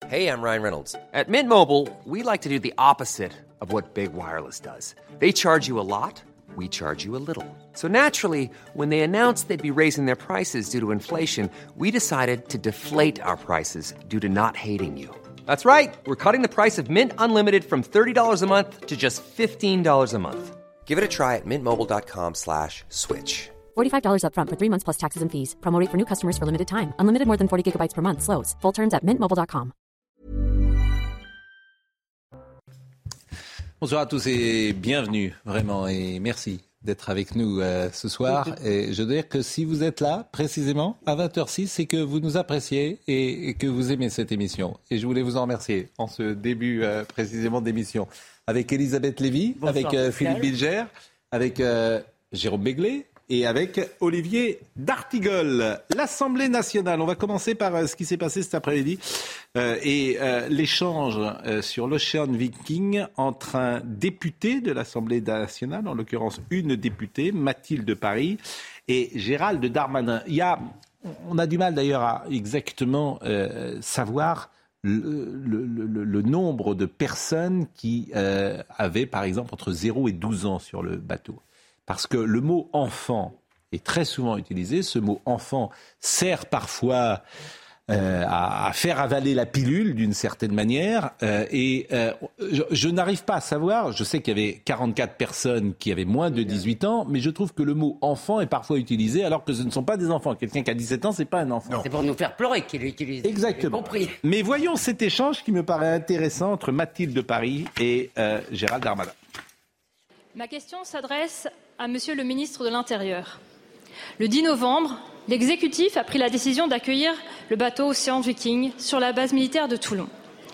Hey, I'm Ryan Reynolds. At Mint Mobile, we like to do the opposite of what Big Wireless does. They charge you a lot, we charge you a little. So naturally, when they announced they'd be raising their prices due to inflation, we decided to deflate our prices due to not hating you. That's right. We're cutting the price of Mint Unlimited from $30 a month to just $15 a month. Give it a try at mintmobile.com/switch. $45 up front for 3 months plus taxes and fees. Promo rate for new customers for limited time. Unlimited more than 40 gigabytes per month. Slows full terms at mintmobile.com. Bonsoir à tous et bienvenue, vraiment, et merci d'être avec nous ce soir. Et je dois dire que si vous êtes là, précisément, à 20h06, c'est que vous nous appréciez et que vous aimez cette émission. Et je voulais vous en remercier en ce début précisément d'émission. Avec Elisabeth Lévy, bonsoir, avec Philippe Bilger, avec Jérôme Béglé et avec Olivier D'Artigol. L'Assemblée nationale, on va commencer par ce qui s'est passé cet après-midi et l'échange sur l'Ocean Viking entre un député de l'Assemblée nationale, en l'occurrence une députée, Mathilde Paris, et Gérald Darmanin. On a du mal d'ailleurs à exactement savoir le nombre de personnes qui avaient par exemple entre 0 et 12 ans sur le bateau. Parce que le mot « enfant » est très souvent utilisé. Ce mot « enfant » sert parfois à faire avaler la pilule d'une certaine manière. Je n'arrive pas à savoir, je sais qu'il y avait 44 personnes qui avaient moins de 18 ans, mais je trouve que le mot « enfant » est parfois utilisé alors que ce ne sont pas des enfants. Quelqu'un qui a 17 ans, ce n'est pas un enfant. Non. C'est pour nous faire pleurer qu'il l'utilise. Exactement. Mais voyons cet échange qui me paraît intéressant entre Mathilde Paris et Gérald Darmanin. Ma question s'adresse à Monsieur le ministre de l'Intérieur. Le 10 novembre, l'exécutif a pris la décision d'accueillir le bateau Ocean Viking sur la base militaire de Toulon.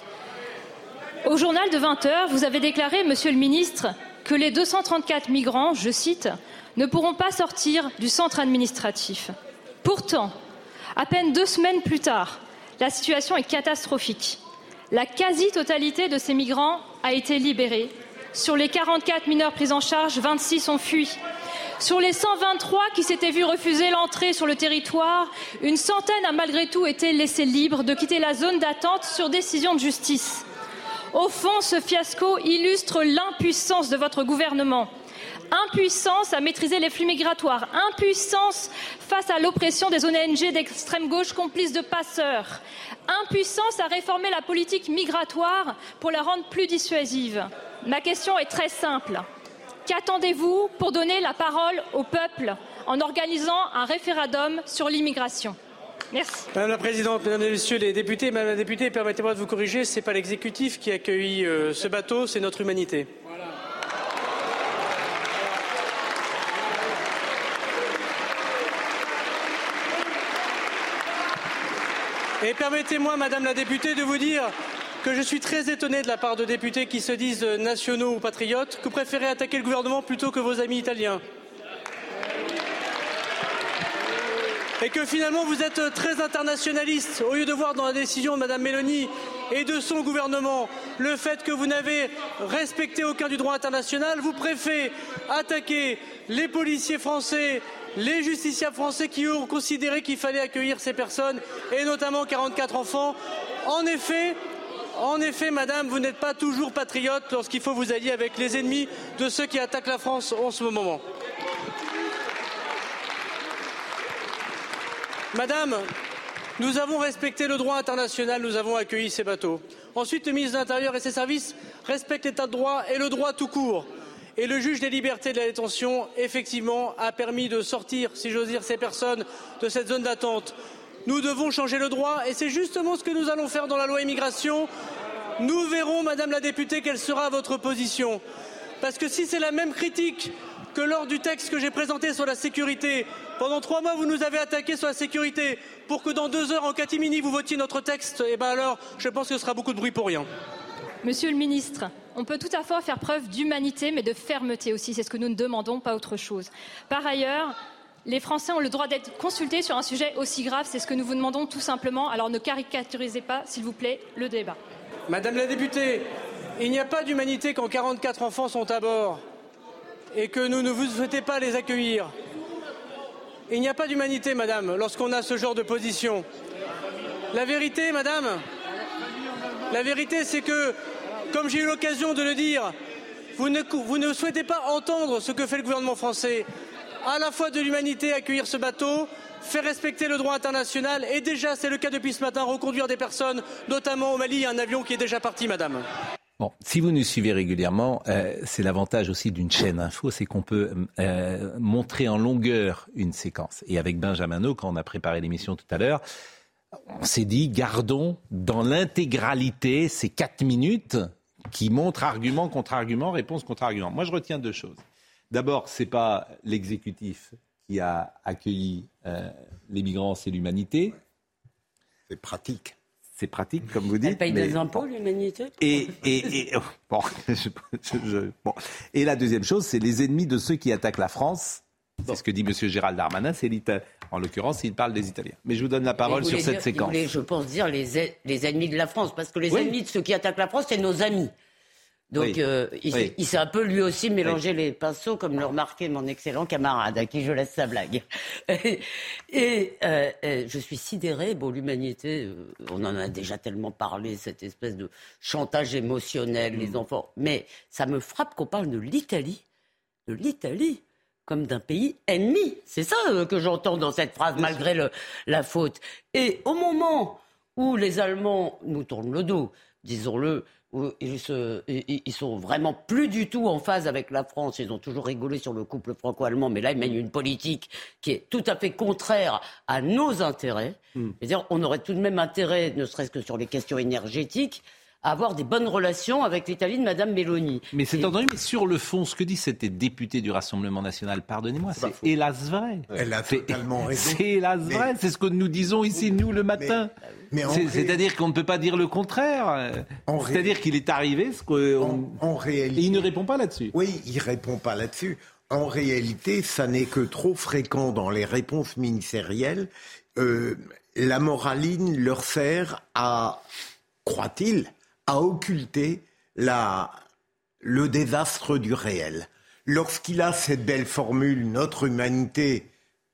Au journal de 20h, vous avez déclaré, Monsieur le ministre, que les 234 migrants, je cite, ne pourront pas sortir du centre administratif. Pourtant, à peine 2 semaines plus tard, la situation est catastrophique. La quasi-totalité de ces migrants a été libérée. Sur les 44 mineurs pris en charge, 26 ont fui. Sur les 123 qui s'étaient vus refuser l'entrée sur le territoire, une centaine a malgré tout été laissée libre de quitter la zone d'attente sur décision de justice. Au fond, ce fiasco illustre l'impuissance de votre gouvernement. Impuissance à maîtriser les flux migratoires, impuissance face à l'oppression des ONG d'extrême gauche complices de passeurs, impuissance à réformer la politique migratoire pour la rendre plus dissuasive. Ma question est très simple. Qu'attendez-vous pour donner la parole au peuple en organisant un référendum sur l'immigration ? Merci. Madame la Présidente, Mesdames et Messieurs les députés, Madame la députée, permettez-moi de vous corriger, ce n'est pas l'exécutif qui a accueilli ce bateau, c'est notre humanité. Voilà. Et permettez-moi, Madame la députée, de vous dire que je suis très étonné de la part de députés qui se disent nationaux ou patriotes, que vous préférez attaquer le gouvernement plutôt que vos amis italiens. Et que finalement vous êtes très internationaliste, au lieu de voir dans la décision de Madame Meloni et de son gouvernement le fait que vous n'avez respecté aucun du droit international, vous préférez attaquer les policiers français, les justiciables français qui ont considéré qu'il fallait accueillir ces personnes, et notamment 44 enfants. En effet, madame, vous n'êtes pas toujours patriote lorsqu'il faut vous allier avec les ennemis de ceux qui attaquent la France en ce moment. Madame, nous avons respecté le droit international, nous avons accueilli ces bateaux. Ensuite, le ministre de l'Intérieur et ses services respectent l'état de droit et le droit tout court. Et le juge des libertés de la détention, effectivement, a permis de sortir, si j'ose dire, ces personnes de cette zone d'attente. Nous devons changer le droit et c'est justement ce que nous allons faire dans la loi immigration. Nous verrons, Madame la députée, quelle sera votre position. Parce que si c'est la même critique que lors du texte que j'ai présenté sur la sécurité, pendant 3 mois vous nous avez attaqué sur la sécurité pour que dans 2 heures en catimini vous votiez notre texte, et bien alors je pense que ce sera beaucoup de bruit pour rien. Monsieur le ministre, on peut tout à fait faire preuve d'humanité mais de fermeté aussi, c'est ce que nous ne demandons, pas autre chose. Par ailleurs, les Français ont le droit d'être consultés sur un sujet aussi grave, c'est ce que nous vous demandons tout simplement. Alors ne caricaturisez pas, s'il vous plaît, le débat. Madame la députée, il n'y a pas d'humanité quand 44 enfants sont à bord et que nous ne vous souhaitez pas les accueillir. Il n'y a pas d'humanité, madame, lorsqu'on a ce genre de position. La vérité, madame, La vérité, c'est que, comme j'ai eu l'occasion de le dire, vous ne souhaitez pas entendre ce que fait le gouvernement français. À la fois de l'humanité, accueillir ce bateau, faire respecter le droit international et déjà, c'est le cas depuis ce matin, reconduire des personnes, notamment au Mali, il y a un avion qui est déjà parti, madame. Bon, si vous nous suivez régulièrement, c'est l'avantage aussi d'une chaîne info, c'est qu'on peut montrer en longueur une séquence. Et avec Benjamin O, quand on a préparé l'émission tout à l'heure, on s'est dit, gardons dans l'intégralité ces 4 minutes qui montrent argument contre argument, réponse contre argument. Moi, je retiens 2 choses. D'abord, c'est pas l'exécutif qui a accueilli les migrants, c'est l'humanité. C'est pratique. C'est pratique, comme vous dites. Elle paye des impôts, l'humanité. Bon. Et la deuxième chose, c'est les ennemis de ceux qui attaquent la France. C'est ce que dit M. Gérald Darmanin, c'est l'Italie. En l'occurrence, il parle des Italiens. Mais je vous donne la parole sur cette séquence. Vous voulez, je pense, dire les ennemis de la France, parce que les ennemis de ceux qui attaquent la France, c'est nos amis. Donc, il s'est un peu lui aussi mélangé les pinceaux, comme le remarquait mon excellent camarade, à qui je laisse sa blague. Je suis sidérée. Bon, l'humanité, on en a déjà tellement parlé, cette espèce de chantage émotionnel, les enfants. Mais ça me frappe qu'on parle de l'Italie, comme d'un pays ennemi. C'est ça que j'entends dans cette phrase, malgré la faute. Et au moment où les Allemands nous tournent le dos, disons-le, où ils sont vraiment plus du tout en phase avec la France. Ils ont toujours rigolé sur le couple franco-allemand, mais là, ils mènent une politique qui est tout à fait contraire à nos intérêts. C'est-à-dire, on aurait tout de même intérêt, ne serait-ce que sur les questions énergétiques, à avoir des bonnes relations avec l'Italie de Mme Meloni. Mais c'est entendu, mais sur le fond, ce que dit cette députée du Rassemblement national, pardonnez-moi, c'est hélas vrai. Elle a totalement raison. C'est hélas vrai, c'est ce que nous disons ici, nous, le matin. C'est-à-dire qu'on ne peut pas dire le contraire. C'est-à-dire qu'il est arrivé ce en réalité. Et il ne répond pas là-dessus. Oui, il ne répond pas là-dessus. En réalité, ça n'est que trop fréquent dans les réponses ministérielles. La moraline leur sert à, croit-il, à occulter le désastre du réel. Lorsqu'il a cette belle formule, notre humanité,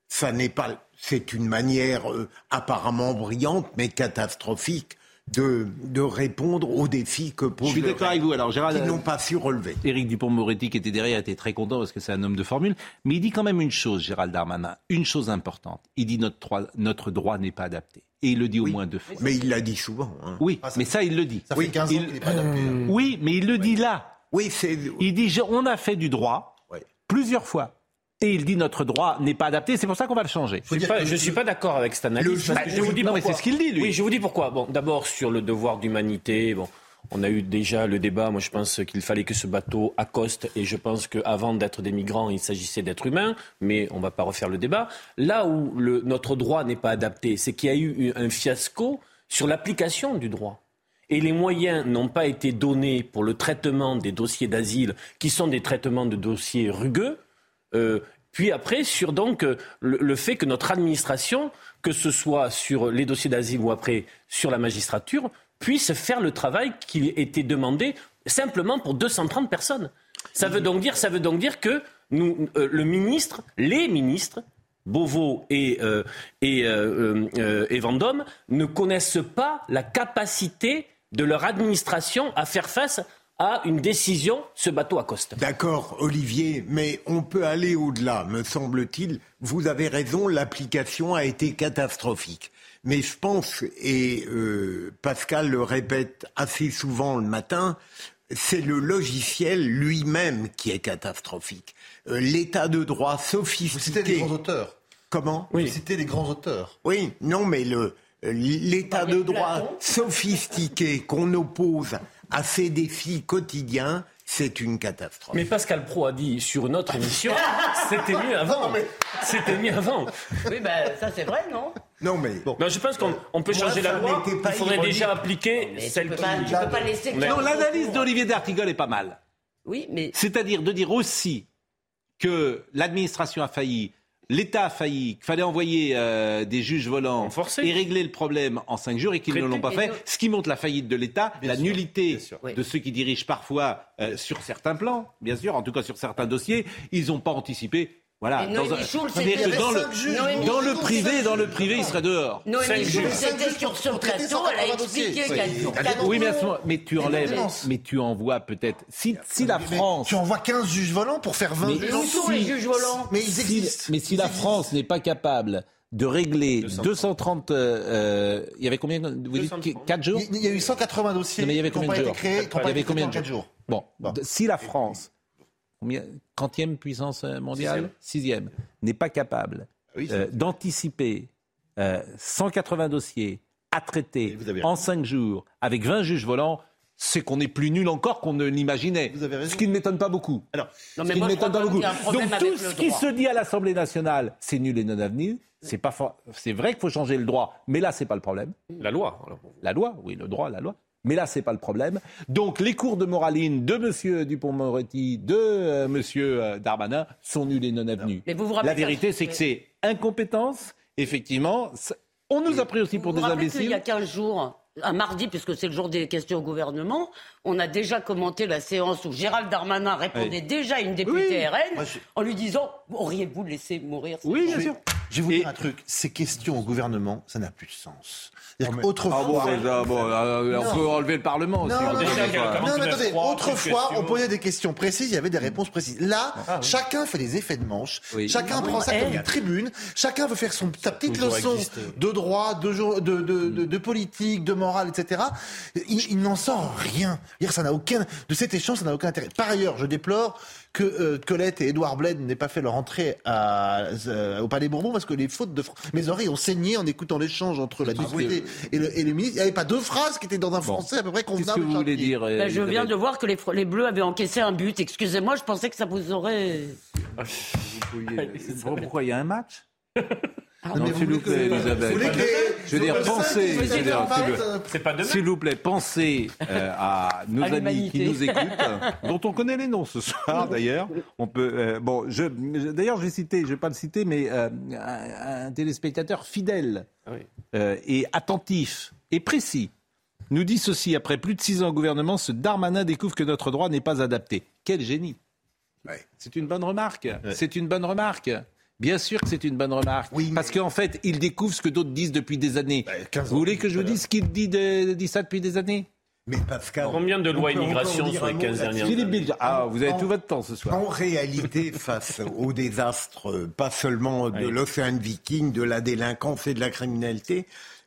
c'est une manière apparemment brillante, mais catastrophique, de répondre aux défis que posent les Gérald, qui n'ont pas su relever. Éric Dupond-Moretti, qui était derrière, était très content parce que c'est un homme de formule. Mais il dit quand même une chose, Gérald Darmanin, une chose importante. Il dit notre droit n'est pas adapté. Et il le dit au moins 2 fois. Mais il l'a dit souvent. Hein. Oui, mais ça, il le dit. Ça fait 15 ans qu'il n'est pas adapté. Oui, mais il le dit là. Oui, il dit, on a fait du droit plusieurs fois. Et il dit notre droit n'est pas adapté, c'est pour ça qu'on va le changer. Je ne suis pas d'accord avec cette analyse. Je vous dis pourquoi. C'est ce qu'il dit, lui. Oui, je vous dis pourquoi. Bon, d'abord, sur le devoir d'humanité, on a eu déjà le débat. Moi, je pense qu'il fallait que ce bateau accoste. Et je pense qu'avant d'être des migrants, il s'agissait d'êtres humains. Mais on ne va pas refaire le débat. Là où notre droit n'est pas adapté, c'est qu'il y a eu un fiasco sur l'application du droit. Et les moyens n'ont pas été donnés pour le traitement des dossiers d'asile, qui sont des traitements de dossiers rugueux. Puis après, sur donc le fait que notre administration, que ce soit sur les dossiers d'asile ou après sur la magistrature, puisse faire le travail qui était demandé simplement pour 230 personnes. Ça veut donc dire que les ministres, Beauvau et Vendôme, ne connaissent pas la capacité de leur administration à faire face à une décision, ce bateau accoste. D'accord, Olivier, mais on peut aller au-delà, me semble-t-il. Vous avez raison, l'application a été catastrophique. Mais je pense, et Pascal le répète assez souvent le matin, c'est le logiciel lui-même qui est catastrophique. L'état de droit sophistiqué... Vous citez des grands auteurs. Comment ? Vous citez des grands auteurs. Oui, non, mais l'état de droit sophistiqué qu'on oppose à ces défis quotidiens, c'est une catastrophe. Mais Pascal Praud a dit sur une autre émission, c'était mieux avant. C'était mieux avant. Oui, ça c'est vrai, non ? Non, mais... Bon. Je pense qu'on peut changer la loi. Il faudrait déjà appliquer celle qui... Tu peux pas laisser... Non, l'analyse d'Olivier d'Artigol est pas mal. Oui, mais... C'est-à-dire de dire aussi que l'administration a failli, l'État a failli, qu'il fallait envoyer des juges volants et régler le problème en 5 jours et qu'ils ne l'ont pas fait. Ce qui montre la faillite de l'État, la nullité de ceux qui dirigent parfois sur certains plans, bien sûr, en tout cas sur certains dossiers. Ils n'ont pas anticipé Voilà. Et Noémie Schulz, C'est-à-dire c'était que Noémie dans le Schulz, privé, il serait dehors. Noémie Schulz était sur ce plateau, elle a expliqué qu'elle... Oui, mais tu enlèves, mais tu envoies peut-être. Si la France. Tu envoies 15 juges volants pour faire 20 Mais juges. Où sont les juges volants? Mais ils existent. Mais si la France n'est pas capable de régler 230, il y avait combien, vous dites 4 jours? Il y a eu 180 dossiers Non, mais il y avait qui n'ont combien pas de été jours? créés, qui n'ont Il y pas avait été combien traités en de 4 jours. Bon, si la France, 30e puissance mondiale, 6e, n'est pas capable d'anticiper 180 dossiers à traiter en 5 jours avec 20 juges volants, c'est qu'on est plus nul encore qu'on ne l'imaginait. Ce qui ne m'étonne pas beaucoup. Alors, Donc tout ce qui se dit à l'Assemblée nationale, c'est nul et non avenu. C'est vrai qu'il faut changer le droit, mais là, c'est pas le problème. La loi. La loi, oui, le droit, la loi. Mais là, c'est pas le problème. Donc, les cours de moraline de M. Dupond-Moretti, de M. Darmanin sont nuls et non avenus. La vérité, c'est que c'est incompétence. Effectivement, on nous a pris aussi pour des imbéciles. Il y a 15 jours, un mardi, puisque c'est le jour des questions au gouvernement, on a déjà commenté la séance où Gérald Darmanin répondait déjà à une députée RN en lui disant « Auriez-vous laissé mourir ?» Oui, bien sûr. Je vais vous dire un truc, ces questions au gouvernement, ça n'a plus de sens. Autrefois, on peut enlever le Parlement aussi. Attendez, autrefois, on posait des questions précises, il y avait des réponses précises. Là, chacun fait des effets de manche, chacun prend ça comme une tribune, chacun veut faire sa petite leçon de droit, de politique, de morale, etc. Il n'en sort rien. De cet échange, ça n'a aucun intérêt. Par ailleurs, je déplore que Colette et Édouard Bled n'aient pas fait leur entrée au Palais Bourbon parce que les fautes de mes oreilles ont saigné en écoutant l'échange entre la députée et le ministre. Il n'y avait pas 2 phrases qui étaient dans un français à peu près convenable. Qu'est-ce que vous voulez dire je viens de voir que les Bleus avaient encaissé un but. Excusez-moi, je pensais que ça vous aurait... Pourquoi il y a un match? Non, s'il vous plaît, Elisabeth. Je veux dire, pensez, s'il vous plaît, pensez à nos amis qui nous écoutent, dont on connaît les noms ce soir d'ailleurs. On peut, d'ailleurs, je vais pas le citer, mais un téléspectateur fidèle et attentif et précis nous dit ceci: après plus de 6 ans au gouvernement, ce Darmanin découvre que notre droit n'est pas adapté. Quel génie! C'est une bonne remarque. C'est une bonne remarque. Bien sûr que c'est une bonne remarque, parce qu'en fait, il découvre ce que d'autres disent depuis des années. Vous voulez que je vous dise qu'il dit ça depuis des années? Mais Pascal, combien de lois immigration sur les 15 dernières années? Philippe Bilger, vous avez tout votre temps ce soir. En réalité, face au désastre, pas seulement de l'Océan Viking, de la délinquance et de la criminalité,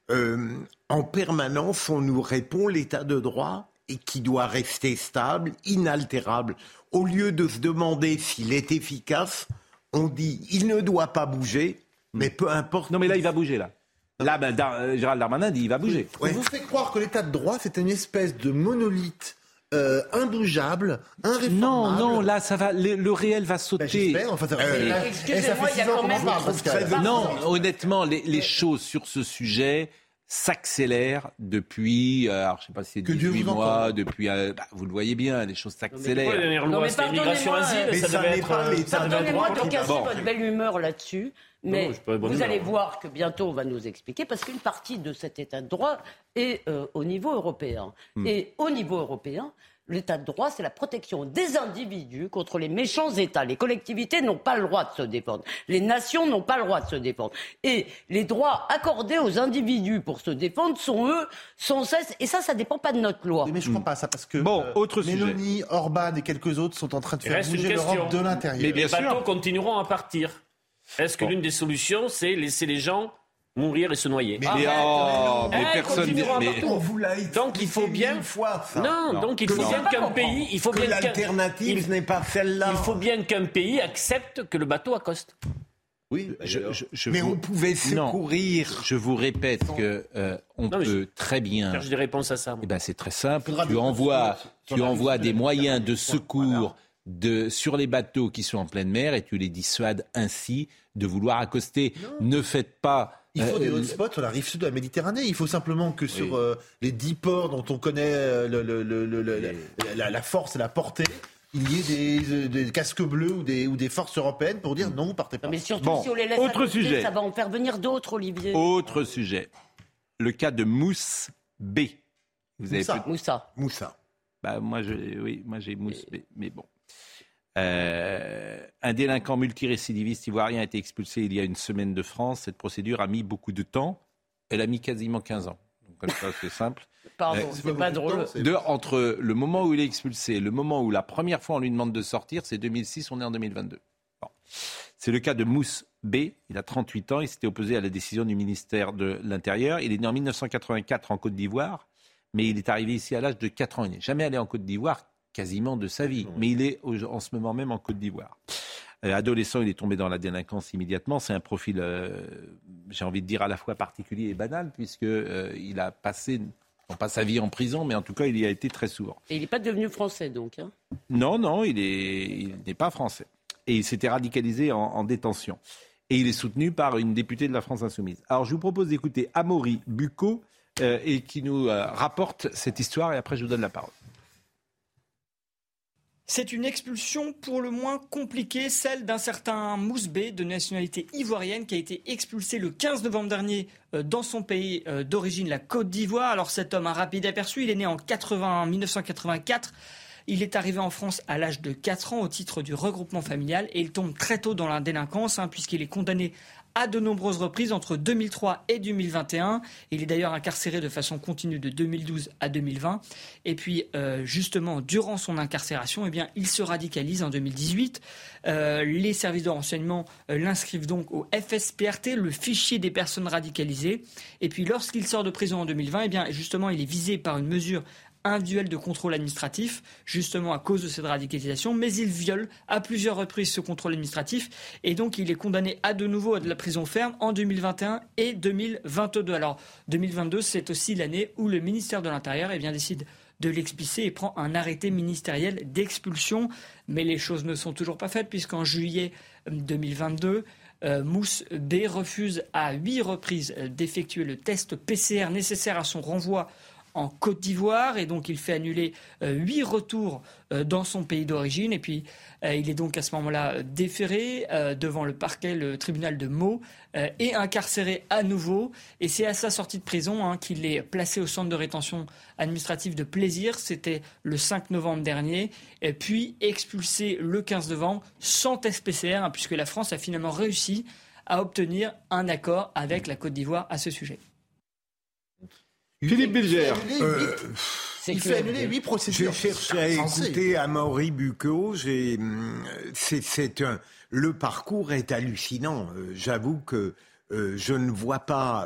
en permanence, on nous répond l'état de droit et qui doit rester stable, inaltérable. Au lieu de se demander s'il est efficace, on dit il ne doit pas bouger, mais peu importe. Non, mais là, il va bouger, là. Là, Gérald Darmanin dit il va bouger. On vous fait croire que l'état de droit, c'est une espèce de monolithe imbougeable, irréformable. Non, là, ça va. Le réel va sauter. J'espère. Excusez-moi, il y a quand même... Non, honnêtement, les choses sur ce sujet s'accélèrent depuis, alors je ne sais pas si c'est 18 mois, depuis, vous le voyez bien, les choses s'accélèrent. La dernière loi, c'était immigration asile, ça devait être... Pardonnez-moi de casser votre belle humeur là-dessus, mais vous allez voir que bientôt on va nous expliquer, parce qu'une partie de cet état de droit est au niveau européen. Et au niveau européen, l'état de droit, c'est la protection des individus contre les méchants États. Les collectivités n'ont pas le droit de se défendre. Les nations n'ont pas le droit de se défendre. Et les droits accordés aux individus pour se défendre sont, eux, sans cesse... Et ça dépend pas de notre loi. Mais je ne crois pas ça, parce que autre Mélanie, sujet. Orban et quelques autres sont en train de faire bouger l'Europe de l'intérieur. Mais les bateaux continueront à partir. Est-ce que l'une des solutions, c'est laisser les gens mourir et se noyer? Mais personne dit. Donc il faut bien. Donc il faut bien qu'un pays. Il faut bien l'alternative n'est pas celle-là. Il faut bien qu'un pays accepte que le bateau accoste. Oui, mais on pouvait secourir. Non, je vous répète que on peut très bien. Cherche des réponses à ça. Eh ben, c'est très simple. Tu envoies des moyens de secours sur les bateaux qui sont en pleine mer et tu les dissuades ainsi de vouloir accoster. Ne faites pas. Il faut des hotspots sur la rive sud de la Méditerranée. Il faut simplement que sur les 10 ports dont on connaît la force et la portée, il y ait des casques bleus ou des forces européennes pour dire non, partez pas. Mais surtout, si on les laisse autre accoster, sujet. Ça va en faire venir d'autres, Olivier. Autre sujet. Le cas de Mousse B. Vous avez Moussa. moi j'ai Mousse B, mais bon. Un délinquant multirécidiviste ivoirien a été expulsé il y a une semaine de France. Cette procédure a mis beaucoup de temps. Elle a mis quasiment 15 ans. Donc, comme ça, c'est simple. Pardon, c'est pas drôle. Entre le moment où il est expulsé et le moment où la première fois on lui demande de sortir, c'est 2006, on est en 2022. Bon. C'est le cas de Mousse B. Il a 38 ans. Il s'était opposé à la décision du ministère de l'Intérieur. Il est né en 1984 en Côte d'Ivoire, mais il est arrivé ici à l'âge de 4 ans. Il n'est jamais allé en Côte d'Ivoire quasiment de sa vie, mais il est en ce moment même en Côte d'Ivoire. Adolescent, il est tombé dans la délinquance immédiatement. C'est un profil, j'ai envie de dire, à la fois particulier et banal, puisqu'il a passé, non pas sa vie en prison, mais en tout cas, il y a été très souvent. Et il n'est pas devenu français, donc Non, il n'est pas français. Et il s'était radicalisé en détention. Et il est soutenu par une députée de la France Insoumise. Alors, je vous propose d'écouter Amaury Bucco, et qui nous rapporte cette histoire, et après, je vous donne la parole. C'est une expulsion pour le moins compliquée, celle d'un certain Mousse B de nationalité ivoirienne qui a été expulsé le 15 novembre dernier dans son pays d'origine, la Côte d'Ivoire. Alors cet homme, un rapide aperçu, il est né en 1984. Il est arrivé en France à l'âge de 4 ans au titre du regroupement familial et il tombe très tôt dans la délinquance puisqu'il est condamné à de nombreuses reprises entre 2003 et 2021. Il est d'ailleurs incarcéré de façon continue de 2012 à 2020. Et puis, justement, durant son incarcération, il se radicalise en 2018. Les services de renseignement l'inscrivent donc au FSPRT, le fichier des personnes radicalisées. Et puis, lorsqu'il sort de prison en 2020, justement, il est visé par une mesure individuel de contrôle administratif, justement à cause de cette radicalisation, mais il viole à plusieurs reprises ce contrôle administratif et donc il est condamné à de nouveau à de la prison ferme en 2021 et 2022. Alors 2022, c'est aussi l'année où le ministère de l'Intérieur décide de l'expulser et prend un arrêté ministériel d'expulsion, mais les choses ne sont toujours pas faites puisqu'en juillet 2022, Mousse B refuse à 8 reprises d'effectuer le test PCR nécessaire à son renvoi en Côte d'Ivoire et donc il fait annuler 8 retours dans son pays d'origine et puis il est donc à ce moment-là déféré devant le parquet, le tribunal de Meaux et incarcéré à nouveau et c'est à sa sortie de prison qu'il est placé au centre de rétention administrative de Plaisir, c'était le 5 novembre dernier et puis expulsé le 15 novembre sans test PCR puisque la France a finalement réussi à obtenir un accord avec la Côte d'Ivoire à ce sujet. Philippe Bilger. Il fait annuler 8 procédures. J'ai cherché à écouter Amaury Bucco. Le parcours est hallucinant. J'avoue que je ne vois pas...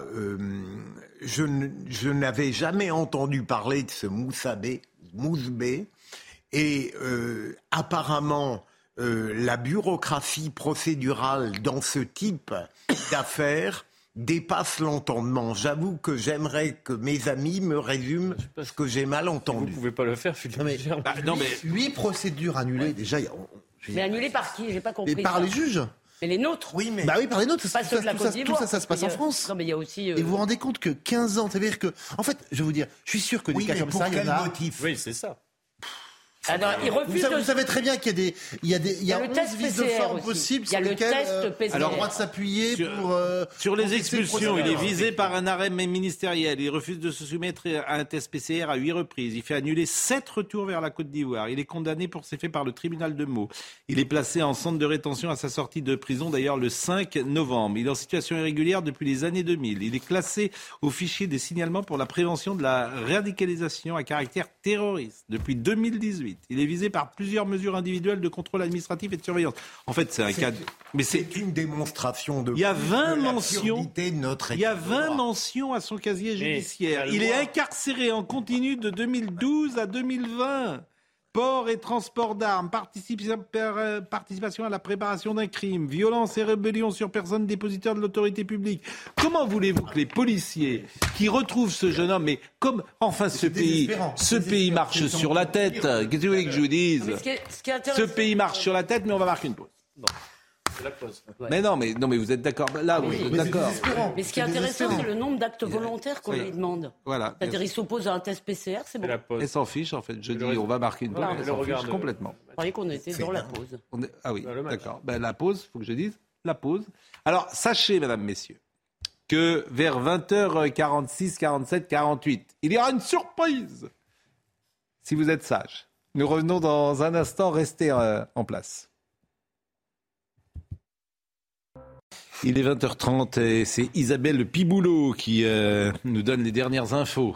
je n'avais jamais entendu parler de ce Mousse B. Et apparemment, la bureaucratie procédurale dans ce type d'affaires dépasse l'entendement. J'avoue que j'aimerais que mes amis me résument ce que j'ai mal entendu. Vous ne pouvez pas le faire, Philippe. Non, mais 8 procédures annulées, déjà... Mais annulées par qui ? J'ai pas compris. Et par les juges. Mais les nôtres. Oui, par les nôtres. Pas ceux de la Côte d'Ivoire. Tout ça se passe en France. Non, mais il y a aussi... Et vous vous rendez compte que 15 ans, ça veut dire que... En fait, je vais vous dire, je suis sûr que des cas comme ça, il y en a... Motif Oui, c'est ça. Alors, il refuse vous savez très bien qu'il y a 11 vices de forme possibles sur lesquels il a le droit de s'appuyer sur les expulsions. Il est visé par un arrêt ministériel. Il refuse de se soumettre à un test PCR à 8 reprises. Il fait annuler 7 retours vers la Côte d'Ivoire. Il est condamné pour ces faits par le tribunal de Meaux. Il est placé en centre de rétention à sa sortie de prison, d'ailleurs le 5 novembre. Il est en situation irrégulière depuis les années 2000. Il est classé au fichier des signalements pour la prévention de la radicalisation à caractère terroriste depuis 2018. Il est visé par plusieurs mesures individuelles de contrôle administratif et de surveillance. En fait, c'est un cas... Mais c'est une démonstration de... Il y a 20 mentions. De notre il y a 20 mentions à son casier judiciaire. Il est incarcéré en continu de 2012 à 2020. Port et transport d'armes, participation à la préparation d'un crime, violence et rébellion sur personne dépositeur de l'autorité publique. Comment voulez-vous que les policiers qui retrouvent ce jeune homme, mais comme enfin ce pays marche sur la tête. Qu'est-ce que vous voulez que je vous dise ? Ce pays marche sur la tête, mais on va marquer une pause. Non. C'est la pause. Ouais. Mais non, mais vous êtes d'accord. Là, vous êtes d'accord. Mais ce qui est intéressant, c'est le nombre d'actes volontaires qu'on lui demande. Voilà. C'est-à-dire, il s'oppose à un test PCR, c'est bon. Elle s'en fiche, en fait. Je dis, on va marquer une pause. Elle s'en fiche complètement. Je croyais qu'on était dans la pause. Ah oui, d'accord. La pause, il faut que je dise la pause. Alors, sachez, mesdames, messieurs, que vers 20h46, 47, 48, il y aura une surprise. Si vous êtes sages. Nous revenons dans un instant, restez en place. Il est 20h30 et c'est Isabelle Piboulot qui nous donne les dernières infos.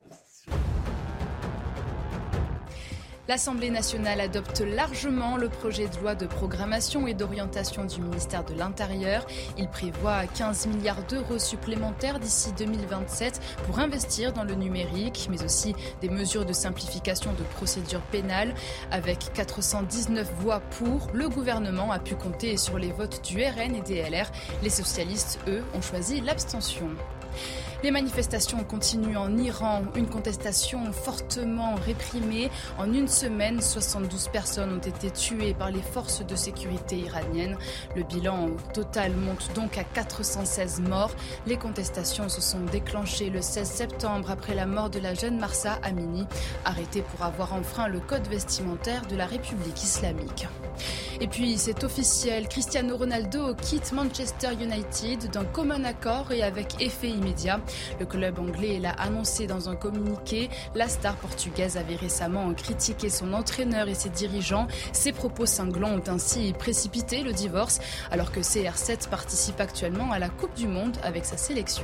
L'Assemblée nationale adopte largement le projet de loi de programmation et d'orientation du ministère de l'Intérieur. Il prévoit 15 milliards d'euros supplémentaires d'ici 2027 pour investir dans le numérique, mais aussi des mesures de simplification de procédures pénales. Avec 419 voix pour, le gouvernement a pu compter sur les votes du RN et des LR. Les socialistes, eux, ont choisi l'abstention. Les manifestations continuent en Iran, une contestation fortement réprimée. En une semaine, 72 personnes ont été tuées par les forces de sécurité iraniennes. Le bilan total monte donc à 416 morts. Les contestations se sont déclenchées le 16 septembre après la mort de la jeune Mahsa Amini, arrêtée pour avoir enfreint le code vestimentaire de la République islamique. Et puis c'est officiel, Cristiano Ronaldo quitte Manchester United d'un commun accord et avec effet immédiat. Le club anglais l'a annoncé dans un communiqué. La star portugaise avait récemment critiqué son entraîneur et ses dirigeants. Ses propos cinglants ont ainsi précipité le divorce, alors que CR7 participe actuellement à la Coupe du Monde avec sa sélection.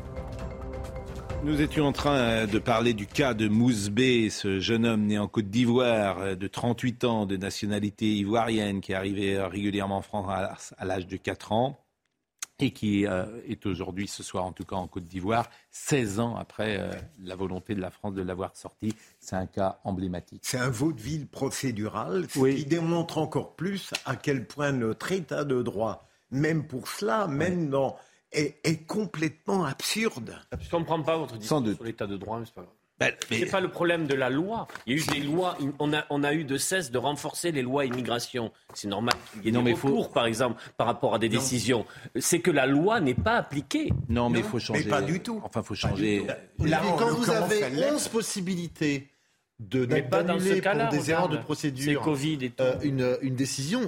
Nous étions en train de parler du cas de Mouzbé, ce jeune homme né en Côte d'Ivoire de 38 ans, de nationalité ivoirienne, qui est arrivé régulièrement en France à l'âge de 4 ans et qui est aujourd'hui, ce soir en tout cas en Côte d'Ivoire, 16 ans après la volonté de la France de l'avoir sorti. C'est un cas emblématique. C'est un vaudeville procédural, ce qui démontre encore plus à quel point notre état de droit, même pour cela, même dans... est complètement absurde. Je ne comprends pas votre discours sur l'état de droit, mais c'est pas grave. C'est pas le problème de la loi. Il y a eu des lois, on a eu de cesse de renforcer les lois immigration. C'est normal. Il y a des recours, par exemple, par rapport à des décisions. C'est que la loi n'est pas appliquée. Non, mais il faut changer. Mais pas du tout. Enfin, il faut changer. Quand vous avez 11 possibilités d'annuler pour des erreurs de procédure, COVID et tout. une décision,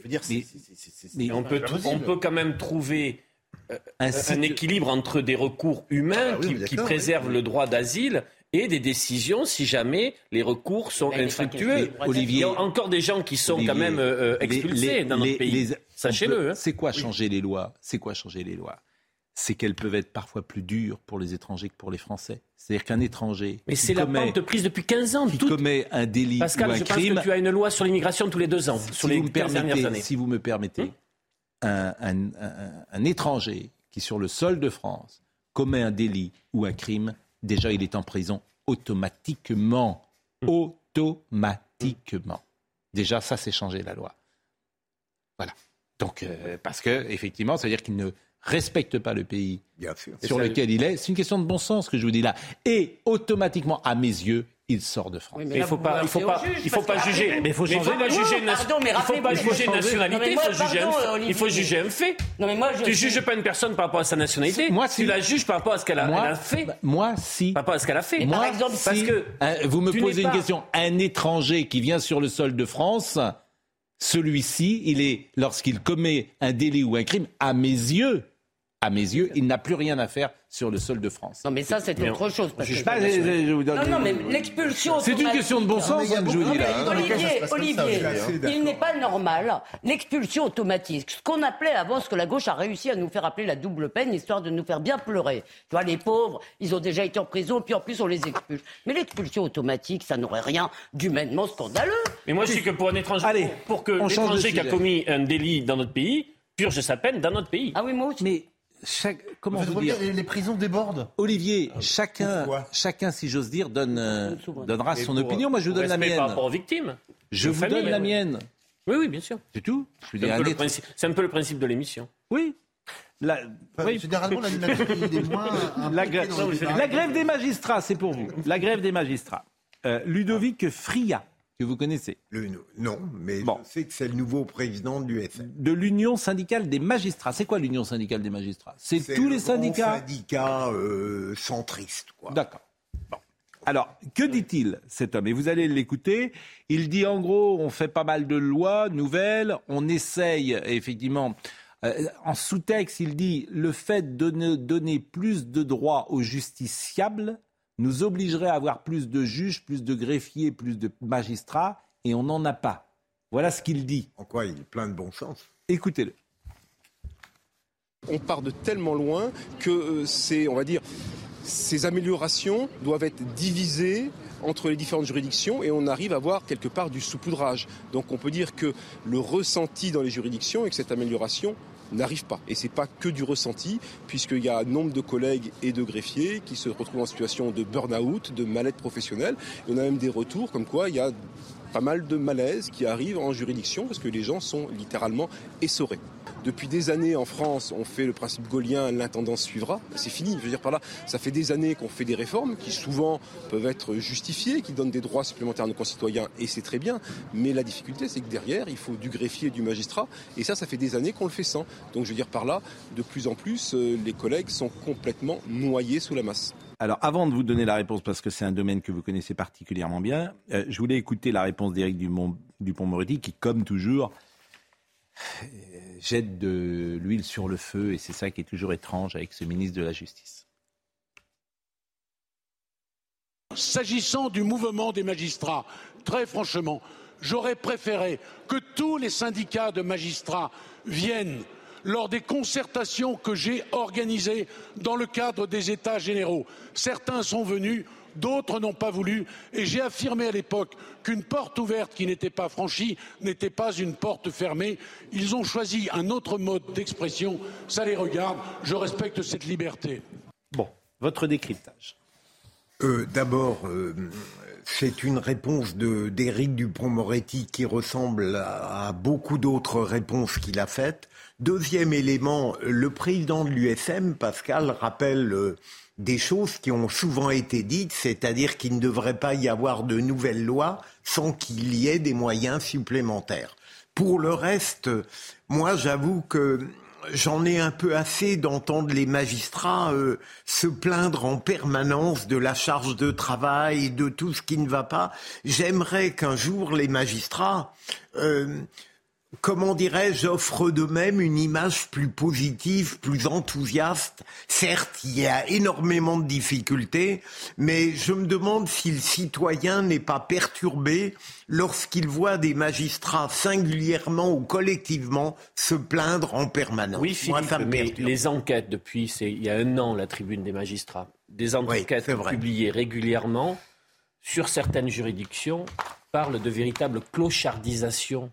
on peut quand même trouver un équilibre entre des recours humains qui préservent le droit d'asile et des décisions si jamais les recours sont infructueux. Il y a encore des gens qui sont quand même expulsés dans notre pays. Sachez-le. C'est quoi changer les lois ? C'est qu'elles peuvent être parfois plus dures pour les étrangers que pour les Français. C'est-à-dire qu'un étranger... Mais c'est la pente prise depuis 15 ans. Qui commet un délit Pascal, ou un je crime... pense que tu as une loi sur l'immigration tous les 2 ans, sur les 15 dernières années. Si vous me permettez, un étranger qui, sur le sol de France, commet un délit ou un crime, déjà il est en prison automatiquement. Déjà, ça, c'est changer la loi. Voilà. Donc, parce que, effectivement, ça veut dire qu'il ne respecte pas le pays sur lequel il est. C'est une question de bon sens que je vous dis là. Et automatiquement, à mes yeux, il sort de France. Oui, mais il faut pas juger. Mais il faut changer la loi. Il faut pas juger une nationalité. Il faut juger un fait. Non, mais moi, tu juges pas une personne par rapport à sa nationalité. Tu la juges par rapport à ce qu'elle a fait. Moi, si. Par rapport à ce qu'elle a fait. Moi, par exemple, parce que vous me posez une question. Un étranger qui vient sur le sol de France, celui-ci, lorsqu'il commet un délit ou un crime, à mes yeux, il n'a plus rien à faire sur le sol de France. Non, mais ça, c'est autre chose. Non, mais l'expulsion automatique... C'est une question de bon sens, que je vous dis là. Olivier, il n'est pas normal. L'expulsion automatique, ce qu'on appelait avant, ce que la gauche a réussi à nous faire appeler la double peine, histoire de nous faire bien pleurer. Tu vois, les pauvres, ils ont déjà été en prison, puis en plus, on les expulse. Mais l'expulsion automatique, ça n'aurait rien d'humainement scandaleux. Mais moi, je dis que pour un étranger, pour que l'étranger qui a commis un délit dans notre pays purge sa peine dans notre pays. Ah oui, moi aussi. Mais comment vous dire, les prisons débordent. Olivier, chacun, si j'ose dire, donnera son opinion. Moi, je vous donne la mienne. Par rapport aux victimes. Je vous donne la mienne. Oui, bien sûr. C'est tout. C'est un peu le principe de l'émission. Oui. Généralement, l'animateur, il est moins... La grève des magistrats, c'est pour vous. La grève des magistrats. Ludovic Fria, que vous connaissez. Non, mais je sais que c'est le nouveau président de l'USN. De l'Union syndicale des magistrats. C'est quoi l'Union syndicale des magistrats ? C'est tous les syndicats. Syndicats centristes, quoi. D'accord. Bon. Alors, que dit-il, cet homme ? Et vous allez l'écouter. Il dit, en gros, on fait pas mal de lois nouvelles. On essaye, effectivement... en sous-texte, il dit, le fait de donner plus de droits aux justiciables nous obligerait à avoir plus de juges, plus de greffiers, plus de magistrats, et on n'en a pas. Voilà ce qu'il dit. En quoi il est plein de bon sens. Écoutez-le. On part de tellement loin que ces améliorations doivent être divisées entre les différentes juridictions et on arrive à avoir quelque part du saupoudrage. Donc on peut dire que le ressenti dans les juridictions et que cette amélioration n'arrive pas. Et c'est pas que du ressenti, puisqu'il y a nombre de collègues et de greffiers qui se retrouvent en situation de burn-out, de mal-être professionnel. Et on a même des retours comme quoi il y a pas mal de malaise qui arrivent en juridiction parce que les gens sont littéralement essorés. Depuis des années en France, on fait le principe gaulien, l'intendant suivra. C'est fini, je veux dire par là, ça fait des années qu'on fait des réformes qui souvent peuvent être justifiées, qui donnent des droits supplémentaires à nos concitoyens et c'est très bien. Mais la difficulté, c'est que derrière, il faut du greffier et du magistrat et ça fait des années qu'on le fait sans. Donc je veux dire par là, de plus en plus, les collègues sont complètement noyés sous la masse. Alors, avant de vous donner la réponse, parce que c'est un domaine que vous connaissez particulièrement bien, je voulais écouter la réponse d'Éric Dupond-Moretti, qui, comme toujours, jette de l'huile sur le feu, et c'est ça qui est toujours étrange avec ce ministre de la Justice. S'agissant du mouvement des magistrats, très franchement, j'aurais préféré que tous les syndicats de magistrats viennent lors des concertations que j'ai organisées dans le cadre des États généraux. Certains sont venus, d'autres n'ont pas voulu, et j'ai affirmé à l'époque qu'une porte ouverte qui n'était pas franchie n'était pas une porte fermée. Ils ont choisi un autre mode d'expression, ça les regarde, je respecte cette liberté. Bon, votre décryptage. D'abord, c'est une réponse d'Éric Dupond-Moretti qui ressemble à beaucoup d'autres réponses qu'il a faites. Deuxième élément, le président de l'USM, Pascal, rappelle des choses qui ont souvent été dites, c'est-à-dire qu'il ne devrait pas y avoir de nouvelles lois sans qu'il y ait des moyens supplémentaires. Pour le reste, moi j'avoue que j'en ai un peu assez d'entendre les magistrats se plaindre en permanence de la charge de travail, de tout ce qui ne va pas. J'aimerais qu'un jour les magistrats... comment dirais-je, offre d'eux-mêmes une image plus positive, plus enthousiaste. Certes, il y a énormément de difficultés, mais je me demande si le citoyen n'est pas perturbé lorsqu'il voit des magistrats singulièrement ou collectivement se plaindre en permanence. Oui, Philippe, mais les enquêtes depuis, il y a 1 an, la tribune des magistrats, des enquêtes publiées régulièrement sur certaines juridictions parlent de véritable clochardisation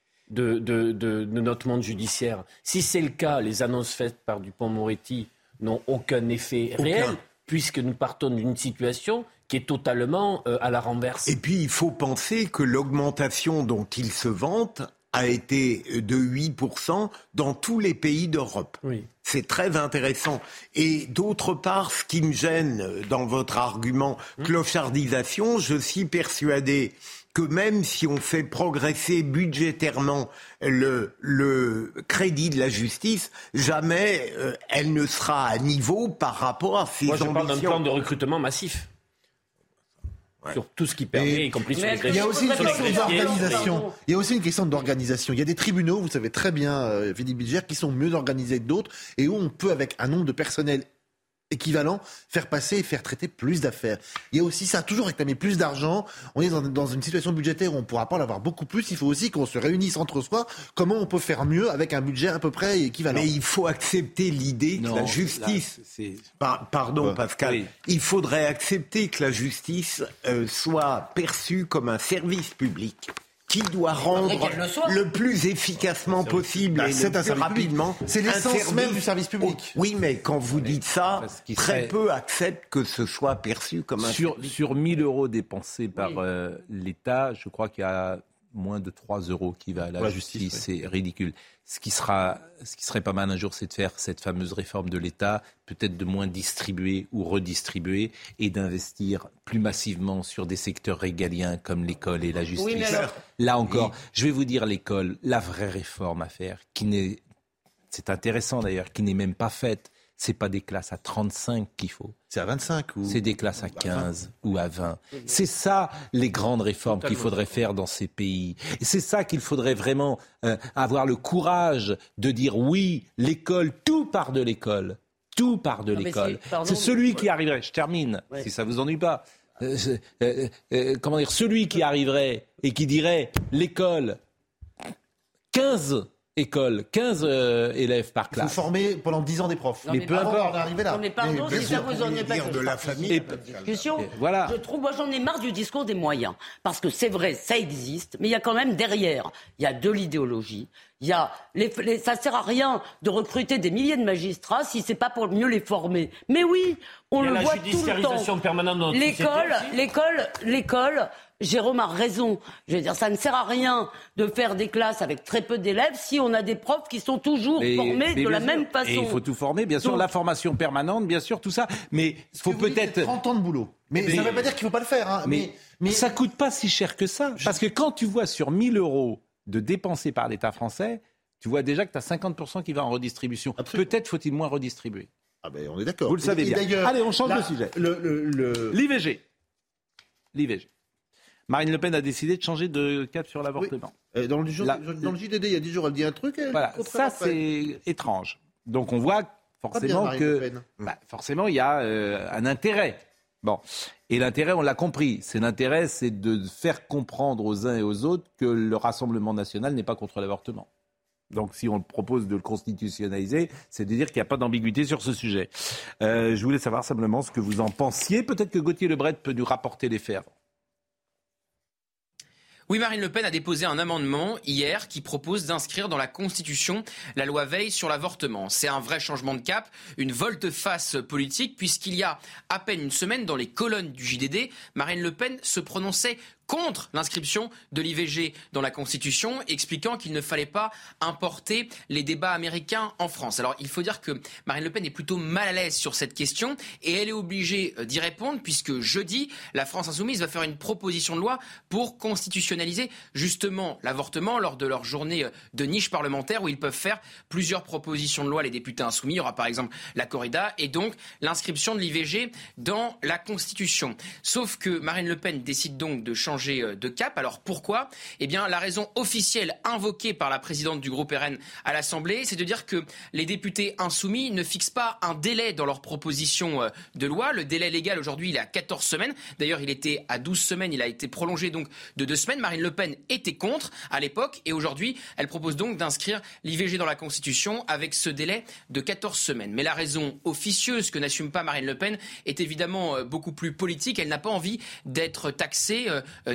de notre monde judiciaire. Si c'est le cas, les annonces faites par Dupond-Moretti n'ont aucun effet réel, puisque nous partons d'une situation qui est totalement à la renverse. Et puis, il faut penser que l'augmentation dont il se vante a été de 8% dans tous les pays d'Europe. Oui. C'est très intéressant. Et d'autre part, ce qui me gêne dans votre argument clochardisation, je suis persuadé que même si on fait progresser budgétairement le crédit de la justice, jamais elle ne sera à niveau par rapport à ses ambitions. Moi, je parle d'un plan de recrutement massif. Ouais. Sur tout ce qui permet, y compris sur les greffiers. Il y a aussi une question d'organisation. Il y a aussi une question d'organisation. Il y a des tribunaux, vous savez très bien, Philippe Bilger, qui sont mieux organisés que d'autres et où on peut, avec un nombre de personnel équivalent, faire passer et faire traiter plus d'affaires. Il y a aussi ça, toujours réclamer plus d'argent. On est dans une situation budgétaire où on ne pourra pas en avoir beaucoup plus. Il faut aussi qu'on se réunisse entre soi. Comment on peut faire mieux avec un budget à peu près équivalent? Mais il faut accepter l'idée que la justice... Pardon, Pascal. Oui. Il faudrait accepter que la justice soit perçue comme un service public qui doit rendre le plus efficacement possible et le plus rapidement. C'est l'essence même du service public. Oui, mais quand vous dites ça, très peu acceptent que ce soit perçu comme un service. Sur 1 000 € dépensés par l'État, je crois qu'il y a moins de 3 € qui va à la justice. C'est ridicule. Ce qui serait pas mal un jour, c'est de faire cette fameuse réforme de l'État, peut-être de moins distribuer ou redistribuer et d'investir plus massivement sur des secteurs régaliens comme l'école et la justice. Oui, là encore, je vais vous dire l'école, la vraie réforme à faire, c'est intéressant d'ailleurs, qui n'est même pas faite. C'est pas des classes à 35 qu'il faut. C'est à 25 ou... C'est des classes à 15 ou à 20. C'est ça les grandes réformes qu'il faudrait faire dans ces pays. Et c'est ça qu'il faudrait vraiment avoir le courage de dire oui, l'école, tout part de l'école. Tout part de l'école. C'est celui qui arriverait, je termine, si ça vous ennuie pas, celui qui arriverait et qui dirait l'école, 15 écoles, 15 élèves par classe. Il faut former pendant 10 ans des profs. Non, mais peu importe. On arrive là. Non, mais pardon, si ça vous ennuie pas de la famille. Discussion. Voilà. Je trouve, moi j'en ai marre du discours des moyens. Parce que c'est vrai, ça existe, mais il y a quand même derrière, il y a de l'idéologie. Il y a ça sert à rien de recruter des milliers de magistrats si c'est pas pour mieux les former. Mais oui, on le voit tout le temps. Permanente dans L'école, Jérôme a raison. Je veux dire, ça ne sert à rien de faire des classes avec très peu d'élèves si on a des profs qui sont toujours formés de la même façon. Et il faut tout former, bien sûr, donc, la formation permanente, bien sûr, tout ça. Mais il faut peut-être 30 ans de boulot. Mais ça ne veut pas dire qu'il ne faut pas le faire. Hein. Mais ça ne coûte pas si cher que ça. Parce que quand tu vois sur 1 000 euros de dépensés par l'État français, tu vois déjà que tu as 50% qui va en redistribution. Absolument. Peut-être faut-il moins redistribuer. Ah ben on est d'accord. Vous le savez bien. Allez, on change de sujet. L'IVG. Marine Le Pen a décidé de changer de cap sur l'avortement. Oui. Dans le JDD, il y a 10 jours, elle dit un truc. Voilà, ça c'est étrange. Donc on voit forcément forcément il y a un intérêt. Bon, et l'intérêt, on l'a compris. L'intérêt, c'est de faire comprendre aux uns et aux autres que le Rassemblement national n'est pas contre l'avortement. Donc, si on propose de le constitutionnaliser, c'est de dire qu'il n'y a pas d'ambiguïté sur ce sujet. Je voulais savoir simplement ce que vous en pensiez. Peut-être que Gauthier Lebret peut nous rapporter les faits. Oui, Marine Le Pen a déposé un amendement hier qui propose d'inscrire dans la Constitution la loi Veil sur l'avortement. C'est un vrai changement de cap, une volte-face politique, puisqu'il y a à peine une semaine, dans les colonnes du JDD, Marine Le Pen se prononçait contre l'inscription de l'IVG dans la Constitution, expliquant qu'il ne fallait pas importer les débats américains en France. Alors, il faut dire que Marine Le Pen est plutôt mal à l'aise sur cette question et elle est obligée d'y répondre puisque jeudi, la France Insoumise va faire une proposition de loi pour constitutionnaliser justement l'avortement lors de leur journée de niche parlementaire où ils peuvent faire plusieurs propositions de loi, les députés insoumis. Il y aura par exemple la corrida et donc l'inscription de l'IVG dans la Constitution. Sauf que Marine Le Pen décide donc de changer de cap. Alors pourquoi ? Eh bien, la raison officielle invoquée par la présidente du groupe RN à l'Assemblée, c'est de dire que les députés insoumis ne fixent pas un délai dans leur proposition de loi. Le délai légal aujourd'hui, il est à 14 semaines. D'ailleurs, il était à 12 semaines. Il a été prolongé donc de 2 semaines. Marine Le Pen était contre à l'époque et aujourd'hui, elle propose donc d'inscrire l'IVG dans la Constitution avec ce délai de 14 semaines. Mais la raison officieuse que n'assume pas Marine Le Pen est évidemment beaucoup plus politique. Elle n'a pas envie d'être taxée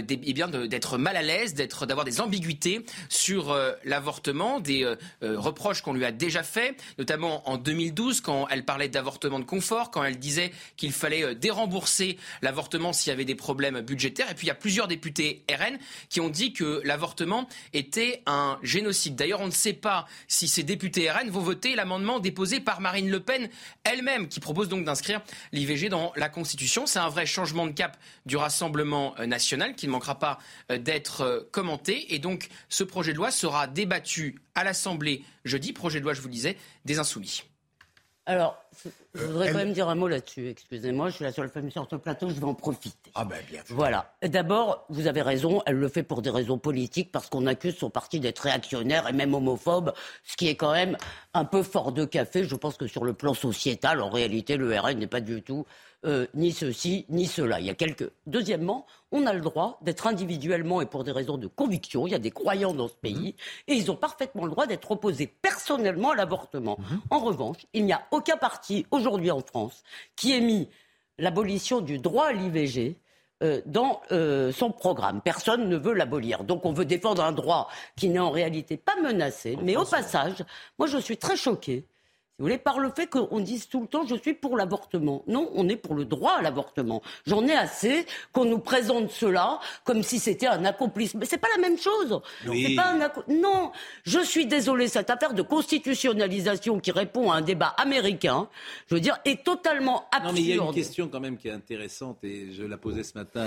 d'être mal à l'aise, d'avoir des ambiguïtés sur l'avortement, des reproches qu'on lui a déjà fait, notamment en 2012 quand elle parlait d'avortement de confort, quand elle disait qu'il fallait dérembourser l'avortement s'il y avait des problèmes budgétaires. Et puis il y a plusieurs députés RN qui ont dit que l'avortement était un génocide. D'ailleurs, on ne sait pas si ces députés RN vont voter l'amendement déposé par Marine Le Pen elle-même, qui propose donc d'inscrire l'IVG dans la Constitution. C'est un vrai changement de cap du Rassemblement national qui ne manquera pas d'être commenté. Et donc, ce projet de loi sera débattu à l'Assemblée jeudi. Projet de loi, je vous le disais, des Insoumis. Alors, je voudrais quand même dire un mot là-dessus. Excusez-moi, je suis la seule femme sur ce plateau, je vais en profiter. Ah ben bien sûr. Voilà. D'abord, vous avez raison, elle le fait pour des raisons politiques, parce qu'on accuse son parti d'être réactionnaire et même homophobe, ce qui est quand même un peu fort de café. Je pense que sur le plan sociétal, en réalité, le RN n'est pas du tout ni ceci, ni cela. Il y a Deuxièmement, on a le droit d'être individuellement et pour des raisons de conviction. Il y a des croyants dans ce pays et ils ont parfaitement le droit d'être opposés personnellement à l'avortement. En revanche, il n'y a aucun parti aujourd'hui en France qui ait mis l'abolition du droit à l'IVG dans son programme. Personne ne veut l'abolir. Donc on veut défendre un droit qui n'est en réalité pas menacé. Mais au passage, moi je suis très choquée, si vous voulez, par le fait qu'on dise tout le temps « je suis pour l'avortement ». Non, on est pour le droit à l'avortement. J'en ai assez qu'on nous présente cela comme si c'était un accomplissement. Mais c'est pas la même chose. Oui. C'est pas non, je suis désolée, cette affaire de constitutionnalisation qui répond à un débat américain, je veux dire, est totalement absurde. Non, mais il y a une question quand même qui est intéressante et je la posais ce matin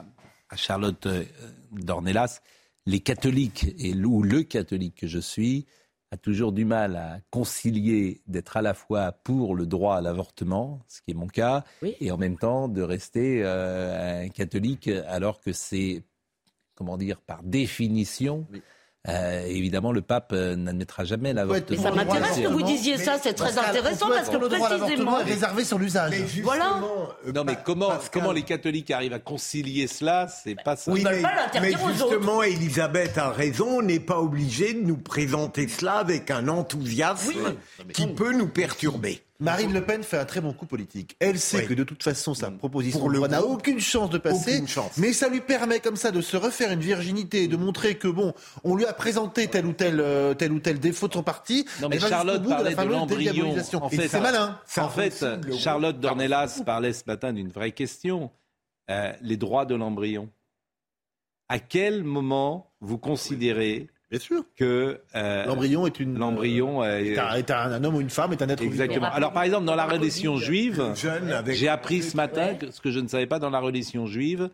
à Charlotte Dornelas. Les catholiques, ou le catholique que je suis, a toujours du mal à concilier d'être à la fois pour le droit à l'avortement, ce qui est mon cas, et en même temps de rester un catholique alors que c'est, comment dire, par définition, évidemment, le pape n'admettra jamais l'avortement. Mais ça m'intéresse que vous disiez ça, c'est très intéressant parce que le droit à l'avortement précisément... est réservé sur l'usage. Voilà. Non, mais comment les catholiques arrivent à concilier cela? C'est pas ça. Oui, Ils veulent pas l'interdire aux justement, Elisabeth a raison, on n'est pas obligé de nous présenter cela avec un enthousiasme qui peut nous perturber. Marine Le Pen fait un très bon coup politique. Elle sait que de toute façon, sa proposition de loi n'a aucune chance de passer, mais ça lui permet comme ça de se refaire une virginité et de montrer que on lui a présenté tel ou tel défaut de son parti. Non, mais Charlotte parlait de l'embryon. En fait, c'est malin. En fait, Charlotte Dornelas parlait ce matin d'une vraie question. Les droits de l'embryon. À quel moment vous considérez que l'embryon est un homme ou une femme, est un être vivant. Exactement. Alors par exemple dans la religion juive, j'ai appris ce matin que ce que je ne savais pas, dans la religion juive,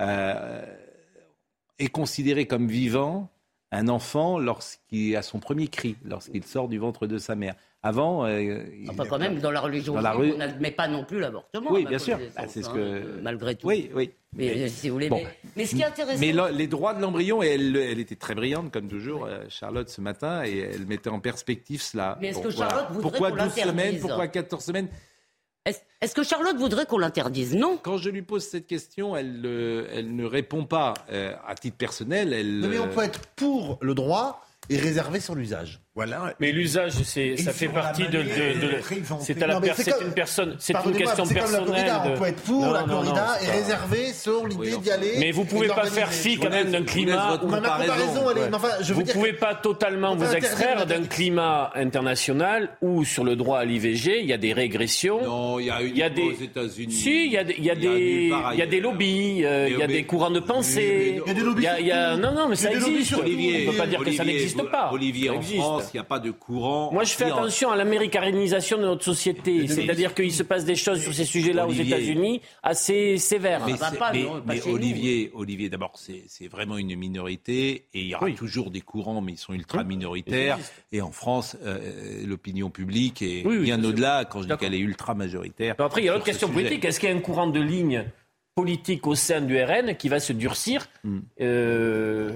est considéré comme vivant un enfant lorsqu'il a son premier cri, lorsqu'il sort du ventre de sa mère. Avant, quand même, dans la religion juive, on n'admet pas non plus l'avortement. Oui, bien sûr. C'est ce que malgré tout. Oui. Mais si vous voulez. Bon. Mais ce qui est intéressant. Mais les droits de l'embryon, et elle était très brillante comme toujours, Charlotte ce matin, et elle mettait en perspective cela. Mais est-ce que Charlotte voudrait pourquoi qu'on 12 l'interdise? semaines? Pourquoi 14 semaines? Est-ce que Charlotte voudrait qu'on l'interdise? Non. Quand je lui pose cette question, elle ne répond pas à titre personnel. Non, mais on peut être pour le droit et réservé sur l'usage. Voilà. Mais l'usage, ça fait partie de c'est une personne, c'est une question personnelle. Comme la corrida, on peut être pour la corrida et réservé sur l'idée d'y aller. Mais vous pouvez pas faire fi quand même d'un climat. Vous pouvez pas totalement vous extraire d'un climat international où sur le droit à l'IVG, il y a des régressions. Non, il y a des aux États-Unis. Si, il y a des lobbies, il y a des courants de pensée. Il y a des lobbies. Non, mais ça existe. On ne peut pas dire que ça n'existe pas. Olivier, en France, il n'y a pas de courant. Moi, je fais attention à l'américanisation de notre société. C'est-à-dire qu'il se passe des choses sur ces sujets-là aux États-Unis assez sévères. Mais Olivier, d'abord, c'est vraiment une minorité et il y aura toujours des courants, mais ils sont ultra minoritaires. Et en France, l'opinion publique est bien au-delà. Quand je dis qu'elle est ultra majoritaire. Après, il y a l'autre question politique. Est-ce qu'il y a un courant de ligne politique au sein du RN qui va se durcir Je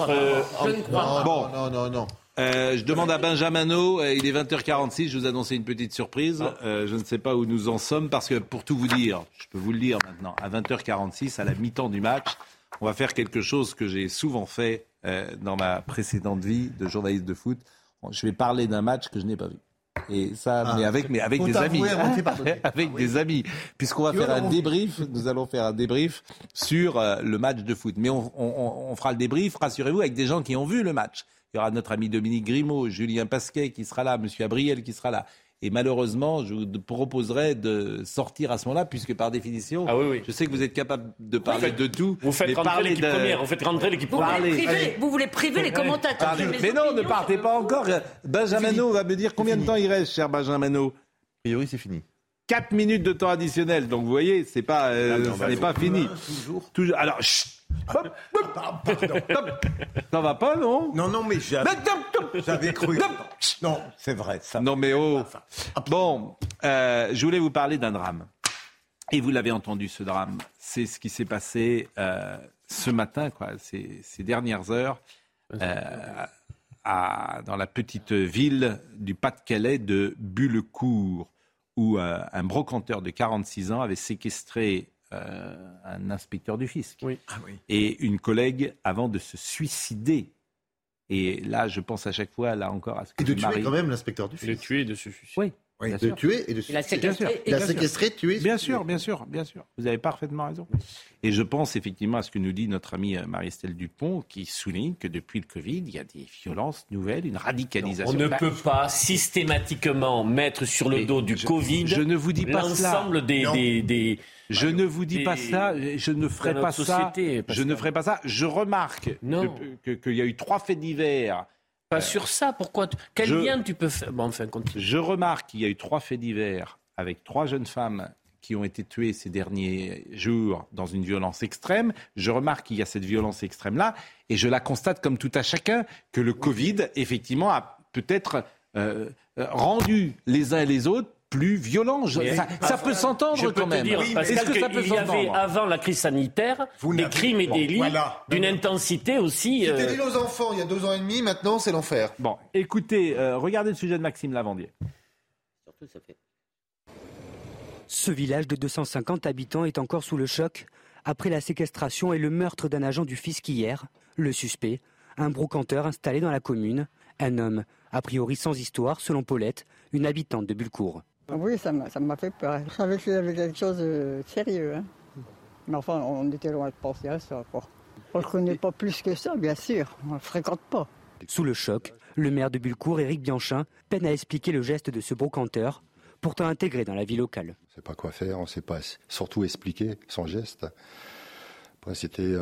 ne crois pas. Non. Je demande à Benjamino, il est 20h46, je vous annonçais une petite surprise. Je ne sais pas où nous en sommes parce que pour tout vous dire, je peux vous le dire maintenant, à 20h46, à la mi-temps du match, on va faire quelque chose que j'ai souvent fait dans ma précédente vie de journaliste de foot. Je vais parler d'un match que je n'ai pas vu. Et ça, mais avec des amis. Avec des amis. Puisqu'on va faire un débrief, nous allons faire un débrief sur le match de foot. Mais on fera le débrief, rassurez-vous, avec des gens qui ont vu le match. Il y aura notre ami Dominique Grimaud, Julien Pasquet qui sera là, Monsieur Abriel qui sera là. Et malheureusement, je vous proposerai de sortir à ce moment-là, puisque par définition, je sais que vous êtes capable de parler de tout. Vous faites rentrer l'équipe première, vous faites rentrer l'équipe première. Vous voulez priver les commentateurs. Mais non, ne partez pas encore. Benjamino va me dire combien de temps il reste, cher Benjamino. A priori, c'est fini. 4 minutes de temps additionnel, donc vous voyez, ça n'est pas fini. Toujours. Alors, ça va pas, non? Non, mais j'avais cru. Non, c'est vrai. Ça. Non, mais Bon, je voulais vous parler d'un drame. Et vous l'avez entendu, ce drame. C'est ce qui s'est passé ce matin, ces dernières heures, dans la petite ville du Pas-de-Calais de Bullecourt, où un brocanteur de 46 ans avait séquestré un inspecteur du fisc et une collègue avant de se suicider. Et là, je pense à chaque fois, là encore, à ce que et de tuer quand même l'inspecteur du fisc. De tuer et de se suicider. Oui. De tuer et de la séquestrer. La séquestrer, tuer. Bien sûr. Vous avez parfaitement raison. Et je pense effectivement à ce que nous dit notre amie Marie-Estelle Dupont, qui souligne que depuis le Covid, il y a des violences nouvelles, une radicalisation. On ne peut pas systématiquement mettre sur le dos du Covid je ne vous dis pas l'ensemble des je ne vous dis pas ça, je ne ferai pas ça. Je ne ferai pas ça. Je remarque qu'il y a eu 3 faits divers. Pas sur ça, pourquoi quel lien tu peux faire? Bon, enfin, continue. Je remarque qu'il y a eu 3 faits divers avec 3 jeunes femmes qui ont été tuées ces derniers jours dans une violence extrême. Je remarque qu'il y a cette violence extrême-là et je la constate comme tout à chacun que le Covid, effectivement, a peut-être rendu les uns et les autres plus violent. Ça peut s'entendre quand même. Est-ce que ça peut s'entendre ? Il y avait avant la crise sanitaire des crimes et délits d'une intensité aussi. C'était dit aux enfants il y a 2 ans et demi, maintenant c'est l'enfer. Bon, écoutez, regardez le sujet de Maxime Lavandier. Surtout, ça fait. Ce village de 250 habitants est encore sous le choc après la séquestration et le meurtre d'un agent du fisc hier. Le suspect, un brocanteur installé dans la commune, un homme a priori sans histoire selon Paulette, une habitante de Bullecourt. Oui, ça m'a fait peur. Je savais qu'il y avait quelque chose de sérieux. Hein. Mais enfin, on était loin de penser à ça. Quoi. On ne le connaît pas plus que ça, bien sûr. On ne le fréquente pas. Sous le choc, le maire de Bullecourt, Éric Bianchin, peine à expliquer le geste de ce brocanteur, pourtant intégré dans la vie locale. On ne sait pas quoi faire, on ne sait pas surtout expliquer son geste. Après, c'était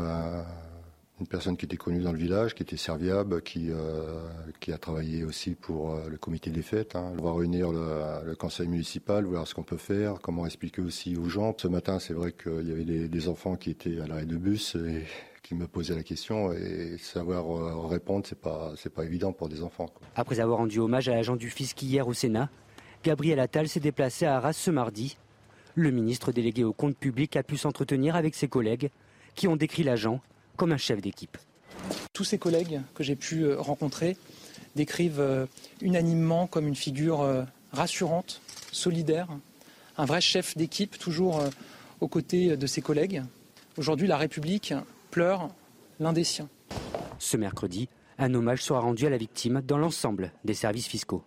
une personne qui était connue dans le village, qui était serviable, qui a travaillé aussi pour le comité des fêtes. On va réunir le conseil municipal, voir ce qu'on peut faire, comment expliquer aussi aux gens. Ce matin, c'est vrai qu'il y avait des enfants qui étaient à l'arrêt de bus et qui me posaient la question. Et savoir répondre, c'est pas évident pour des enfants. Après avoir rendu hommage à l'agent du fisc hier au Sénat, Gabriel Attal s'est déplacé à Arras ce mardi. Le ministre délégué au compte public a pu s'entretenir avec ses collègues qui ont décrit l'agent comme un chef d'équipe. Tous ces collègues que j'ai pu rencontrer décrivent unanimement comme une figure rassurante, solidaire, un vrai chef d'équipe toujours aux côtés de ses collègues. Aujourd'hui, la République pleure l'un des siens. Ce mercredi, un hommage sera rendu à la victime dans l'ensemble des services fiscaux.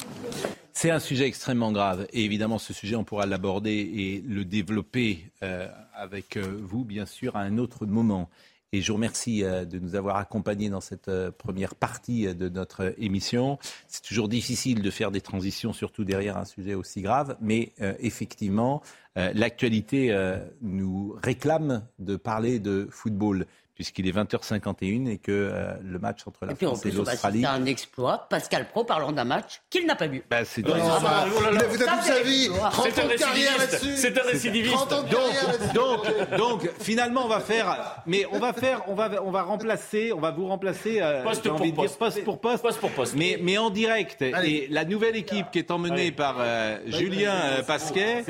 C'est un sujet extrêmement grave et évidemment ce sujet on pourra l'aborder et le développer avec vous bien sûr à un autre moment. Et je vous remercie de nous avoir accompagnés dans cette première partie de notre émission. C'est toujours difficile de faire des transitions, surtout derrière un sujet aussi grave, mais effectivement l'actualité nous réclame de parler de football. Puisqu'il est 20h51 et que le match entre la France et l'Australie... C'est un exploit. Pascal Praud parlant d'un match qu'il n'a pas vu. Il a fait toute sa vie. 30 ans de carrière là-dessus. C'est un récidiviste. Donc, finalement, on va remplacer, on va vous remplacer... poste pour poste. Mais en direct. Et la nouvelle équipe qui est emmenée par Julien Pasquet,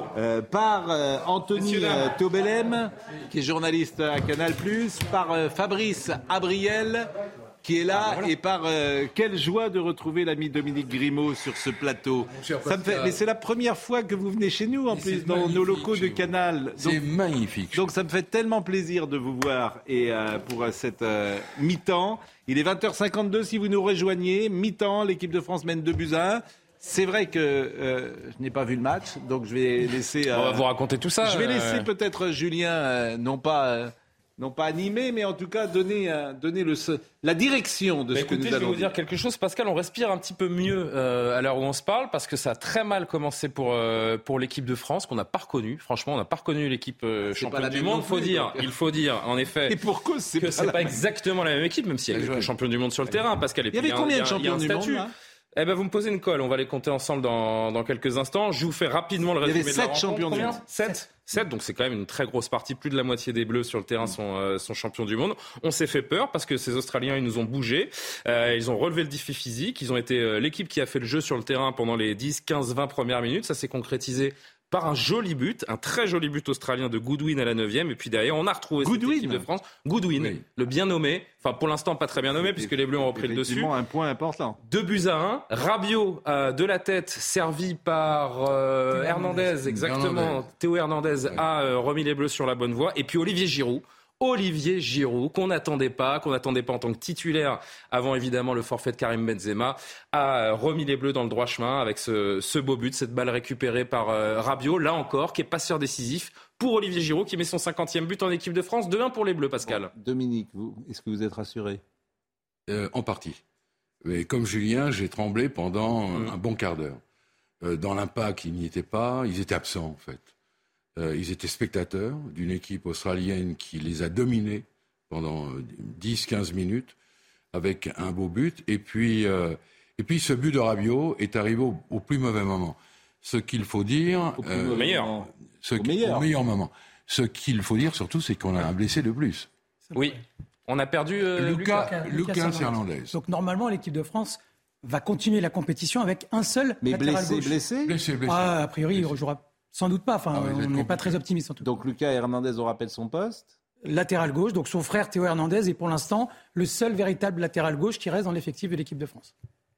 par Anthony Tobelem, qui est journaliste à Canal+, par Fabrice Abriel qui est là et par quelle joie de retrouver l'ami Dominique Grimaud sur ce plateau. Mais c'est la première fois que vous venez chez nous en plus dans nos locaux de Canal. C'est magnifique. Donc ça me fait tellement plaisir de vous voir et pour cette mi-temps. Il est 20h52 si vous nous rejoignez. Mi-temps, l'équipe de France mène 2-1. C'est vrai que je n'ai pas vu le match, donc je vais laisser... On va vous raconter tout ça. Je vais laisser peut-être Julien, non pas animé, mais en tout cas donner la direction de ce que nous allons dire. Je vais vous dire quelque chose, Pascal, on respire un petit peu mieux à l'heure où on se parle, parce que ça a très mal commencé pour l'équipe de France, qu'on n'a pas reconnue. Franchement, on n'a pas reconnu l'équipe championne du monde. Il faut dire, en effet, que c'est pas exactement la même équipe, même si il y a quelques champions du monde sur le terrain, Pascal. Il y avait combien de champions du monde là ? Eh ben, vous me posez une colle, on va les compter ensemble dans quelques instants. Je vous fais rapidement le résumé de la rencontre. 7 champions du monde. 7, donc c'est quand même une très grosse partie. Plus de la moitié des Bleus sur le terrain sont champions du monde. On s'est fait peur parce que ces Australiens, ils nous ont bougé. Ils ont relevé le défi physique. Ils ont été l'équipe qui a fait le jeu sur le terrain pendant les 10, 15, 20 premières minutes. Ça s'est concrétisé par un joli but, un très joli but australien de Goodwin à la 9e. Et puis derrière, on a retrouvé cette équipe de France. Goodwin, le bien nommé. Enfin, pour l'instant, pas très bien nommé puisque les Bleus ont repris le dessus. Un point important. 2-1. Rabiot de la tête, servi par Hernandez, exactement. Théo Hernandez a remis les Bleus sur la bonne voie. Et puis Olivier Giroud, qu'on n'attendait pas en tant que titulaire avant évidemment le forfait de Karim Benzema, a remis les Bleus dans le droit chemin avec ce beau but, cette balle récupérée par Rabiot, là encore, qui est passeur décisif pour Olivier Giroud, qui met son 50e but en équipe de France, 2-1 pour les Bleus, Pascal. Bon, Dominique, est-ce que vous êtes rassuré ? En partie. Mais comme Julien, j'ai tremblé pendant un bon quart d'heure. Dans l'impact, ils n'y étaient pas, ils étaient absents en fait. Ils étaient spectateurs d'une équipe australienne qui les a dominés pendant 10-15 minutes avec un beau but. Et puis ce but de Rabiot est arrivé au plus mauvais moment. Ce qu'il faut dire... Au meilleur moment. Ce qu'il faut dire surtout, c'est qu'on a un blessé de plus. Oui, on a perdu Lucas Hernandez. Donc normalement, l'équipe de France va continuer la compétition avec un seul latéral gauche. Blessé. A priori, il ne rejouera sans doute pas. On n'est pas très optimiste en tout cas. Donc Lucas Hernandez, on rappelle son poste. Latéral gauche, donc son frère Théo Hernandez est pour l'instant le seul véritable latéral gauche qui reste dans l'effectif de l'équipe de France.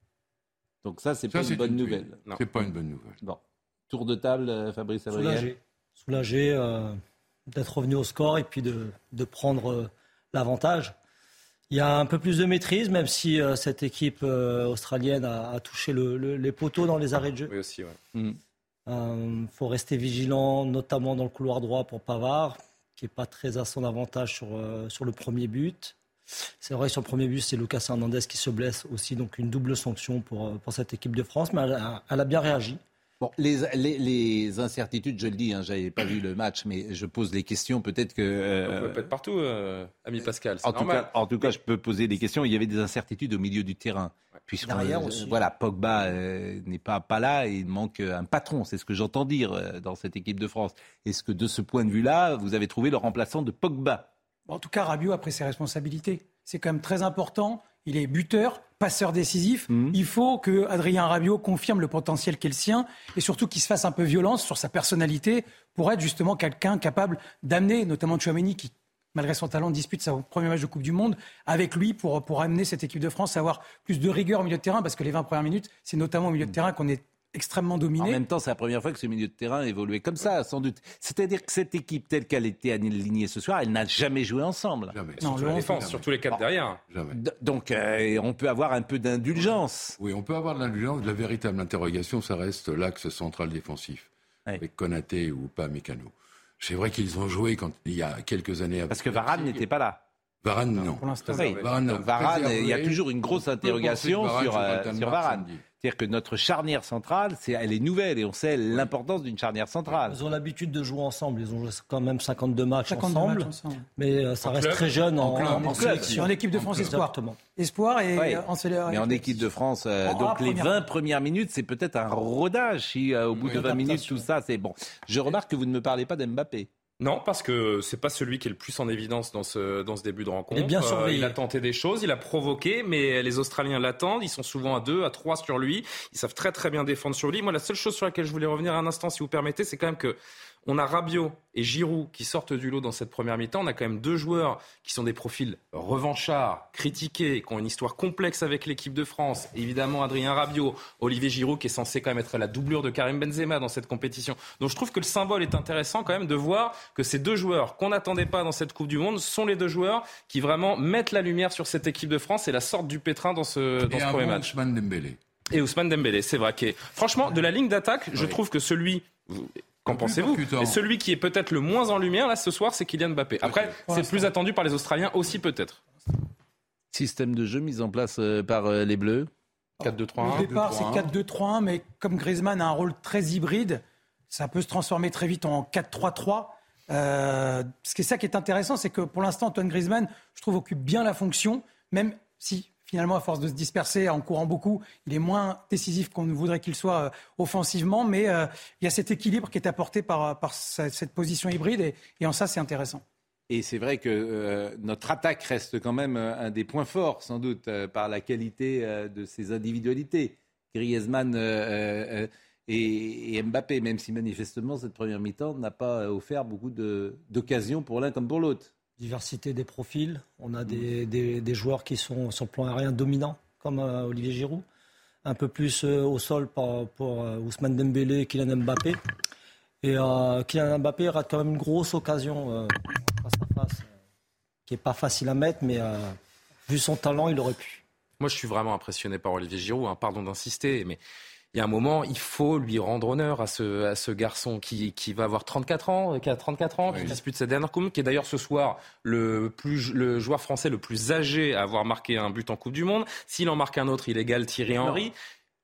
Donc ça, c'est pas une bonne nouvelle. Non. C'est pas une bonne nouvelle. Bon. Tour de table, Fabrice Abriel. Soulagé d'être revenu au score et puis de prendre l'avantage. Il y a un peu plus de maîtrise, même si cette équipe australienne a touché les poteaux dans les arrêts de jeu. Oui, aussi, ouais. Faut rester vigilant, notamment dans le couloir droit pour Pavard, qui n'est pas très à son avantage sur le premier but. C'est vrai que sur le premier but, c'est Lucas Hernandez qui se blesse aussi, donc une double sanction pour cette équipe de France, mais elle a bien réagi. Bon, les incertitudes, je le dis, j'avais pas vu le match, mais je pose des questions, peut-être que... On peut être partout, ami Pascal, c'est normal. En tout cas, je peux poser des questions. Il y avait des incertitudes au milieu du terrain. Puisque Pogba n'est pas là et il manque un patron, c'est ce que j'entends dire dans cette équipe de France. Est-ce que de ce point de vue-là, vous avez trouvé le remplaçant de Pogba ? En tout cas, Rabiot a pris ses responsabilités. C'est quand même très important. Il est buteur, passeur décisif. Il faut que Adrien Rabiot confirme le potentiel qu'est le sien et surtout qu'il se fasse un peu violence sur sa personnalité pour être justement quelqu'un capable d'amener, notamment Tchouaméni qui, malgré son talent, dispute son premier match de Coupe du Monde avec lui pour amener cette équipe de France à avoir plus de rigueur au milieu de terrain parce que les 20 premières minutes, c'est notamment au milieu de terrain qu'on est extrêmement dominé. En même temps, c'est la première fois que ce milieu de terrain évoluait comme ça, sans doute. C'est-à-dire que cette équipe telle qu'elle était alignée ce soir, elle n'a jamais joué ensemble. Jamais. Surtout la défense, surtout les 4 derrière. Jamais. Donc, on peut avoir un peu d'indulgence. Oui, on peut avoir de l'indulgence. La véritable interrogation, ça reste l'axe central défensif, avec Konaté ou pas Mécano. C'est vrai qu'ils ont joué il y a quelques années. Parce que Varane n'était pas là. Varane, non. Pour l'instant, Varane, il y a toujours une grosse interrogation sur Varane. C'est-à-dire que notre charnière centrale, elle est nouvelle et on sait l'importance d'une charnière centrale. Ils ont l'habitude de jouer ensemble. Ils ont joué quand même 52 matchs ensemble. Mais ça reste très jeune en club. En équipe de France Espoir. Espoir et mais en équipe de France, donc les 20 premières minutes, c'est peut-être un rodage. Si au bout de 20 minutes, tout ça, c'est bon. Je remarque que vous ne me parlez pas d'Mbappé. Non, parce que c'est pas celui qui est le plus en évidence dans ce début de rencontre. Il est bien surveillé. Il a tenté des choses, il a provoqué, mais les Australiens l'attendent. Ils sont souvent à 2, à 3 sur lui. Ils savent très très bien défendre sur lui. Moi, la seule chose sur laquelle je voulais revenir un instant, si vous permettez, c'est quand même que on a Rabiot et Giroud qui sortent du lot dans cette première mi-temps. On a quand même 2 joueurs qui sont des profils revanchards, critiqués, qui ont une histoire complexe avec l'équipe de France. Évidemment, Adrien Rabiot, Olivier Giroud qui est censé quand même être la doublure de Karim Benzema dans cette compétition. Donc je trouve que le symbole est intéressant quand même de voir que ces 2 joueurs qu'on n'attendait pas dans cette Coupe du Monde sont les 2 joueurs qui vraiment mettent la lumière sur cette équipe de France et la sortent du pétrin dans ce premier match. Ousmane Dembélé. Et Ousmane Dembélé, c'est vrai. Franchement, de la ligne d'attaque, je trouve que celui... Qu'en pensez-vous ? Et celui qui est peut-être le moins en lumière là ce soir, c'est Kylian Mbappé. Après, c'est plus attendu par les Australiens aussi peut-être. Système de jeu mis en place par les Bleus. 4-2-3-1. Au départ, c'est 4-2-3-1, mais comme Griezmann a un rôle très hybride, ça peut se transformer très vite en 4-3-3. Ce qui est ça qui est intéressant, c'est que pour l'instant, Antoine Griezmann, je trouve, occupe bien la fonction, même si finalement, à force de se disperser en courant beaucoup, il est moins décisif qu'on voudrait qu'il soit offensivement, mais il y a cet équilibre qui est apporté par cette position hybride, et en ça, c'est intéressant. Et c'est vrai que notre attaque reste quand même un des points forts, sans doute, par la qualité de ses individualités. Griezmann et Mbappé, même si manifestement cette première mi-temps n'a pas offert beaucoup d'occasions pour l'un comme pour l'autre. Diversité des profils. On a des joueurs qui sont sur le plan aérien dominants, comme Olivier Giroud. Un peu plus au sol pour Ousmane Dembélé et Kylian Mbappé. Et Kylian Mbappé rate quand même une grosse occasion face à face, qui n'est pas facile à mettre, mais vu son talent, il aurait pu. Moi, je suis vraiment impressionné par Olivier Giroud. Pardon d'insister, mais il y a un moment, il faut lui rendre honneur à ce garçon qui va avoir 34 ans, qui dispute sa dernière Coupe, qui est d'ailleurs ce soir le joueur français le plus âgé à avoir marqué un but en Coupe du Monde. S'il en marque un autre, il égale Thierry Henry.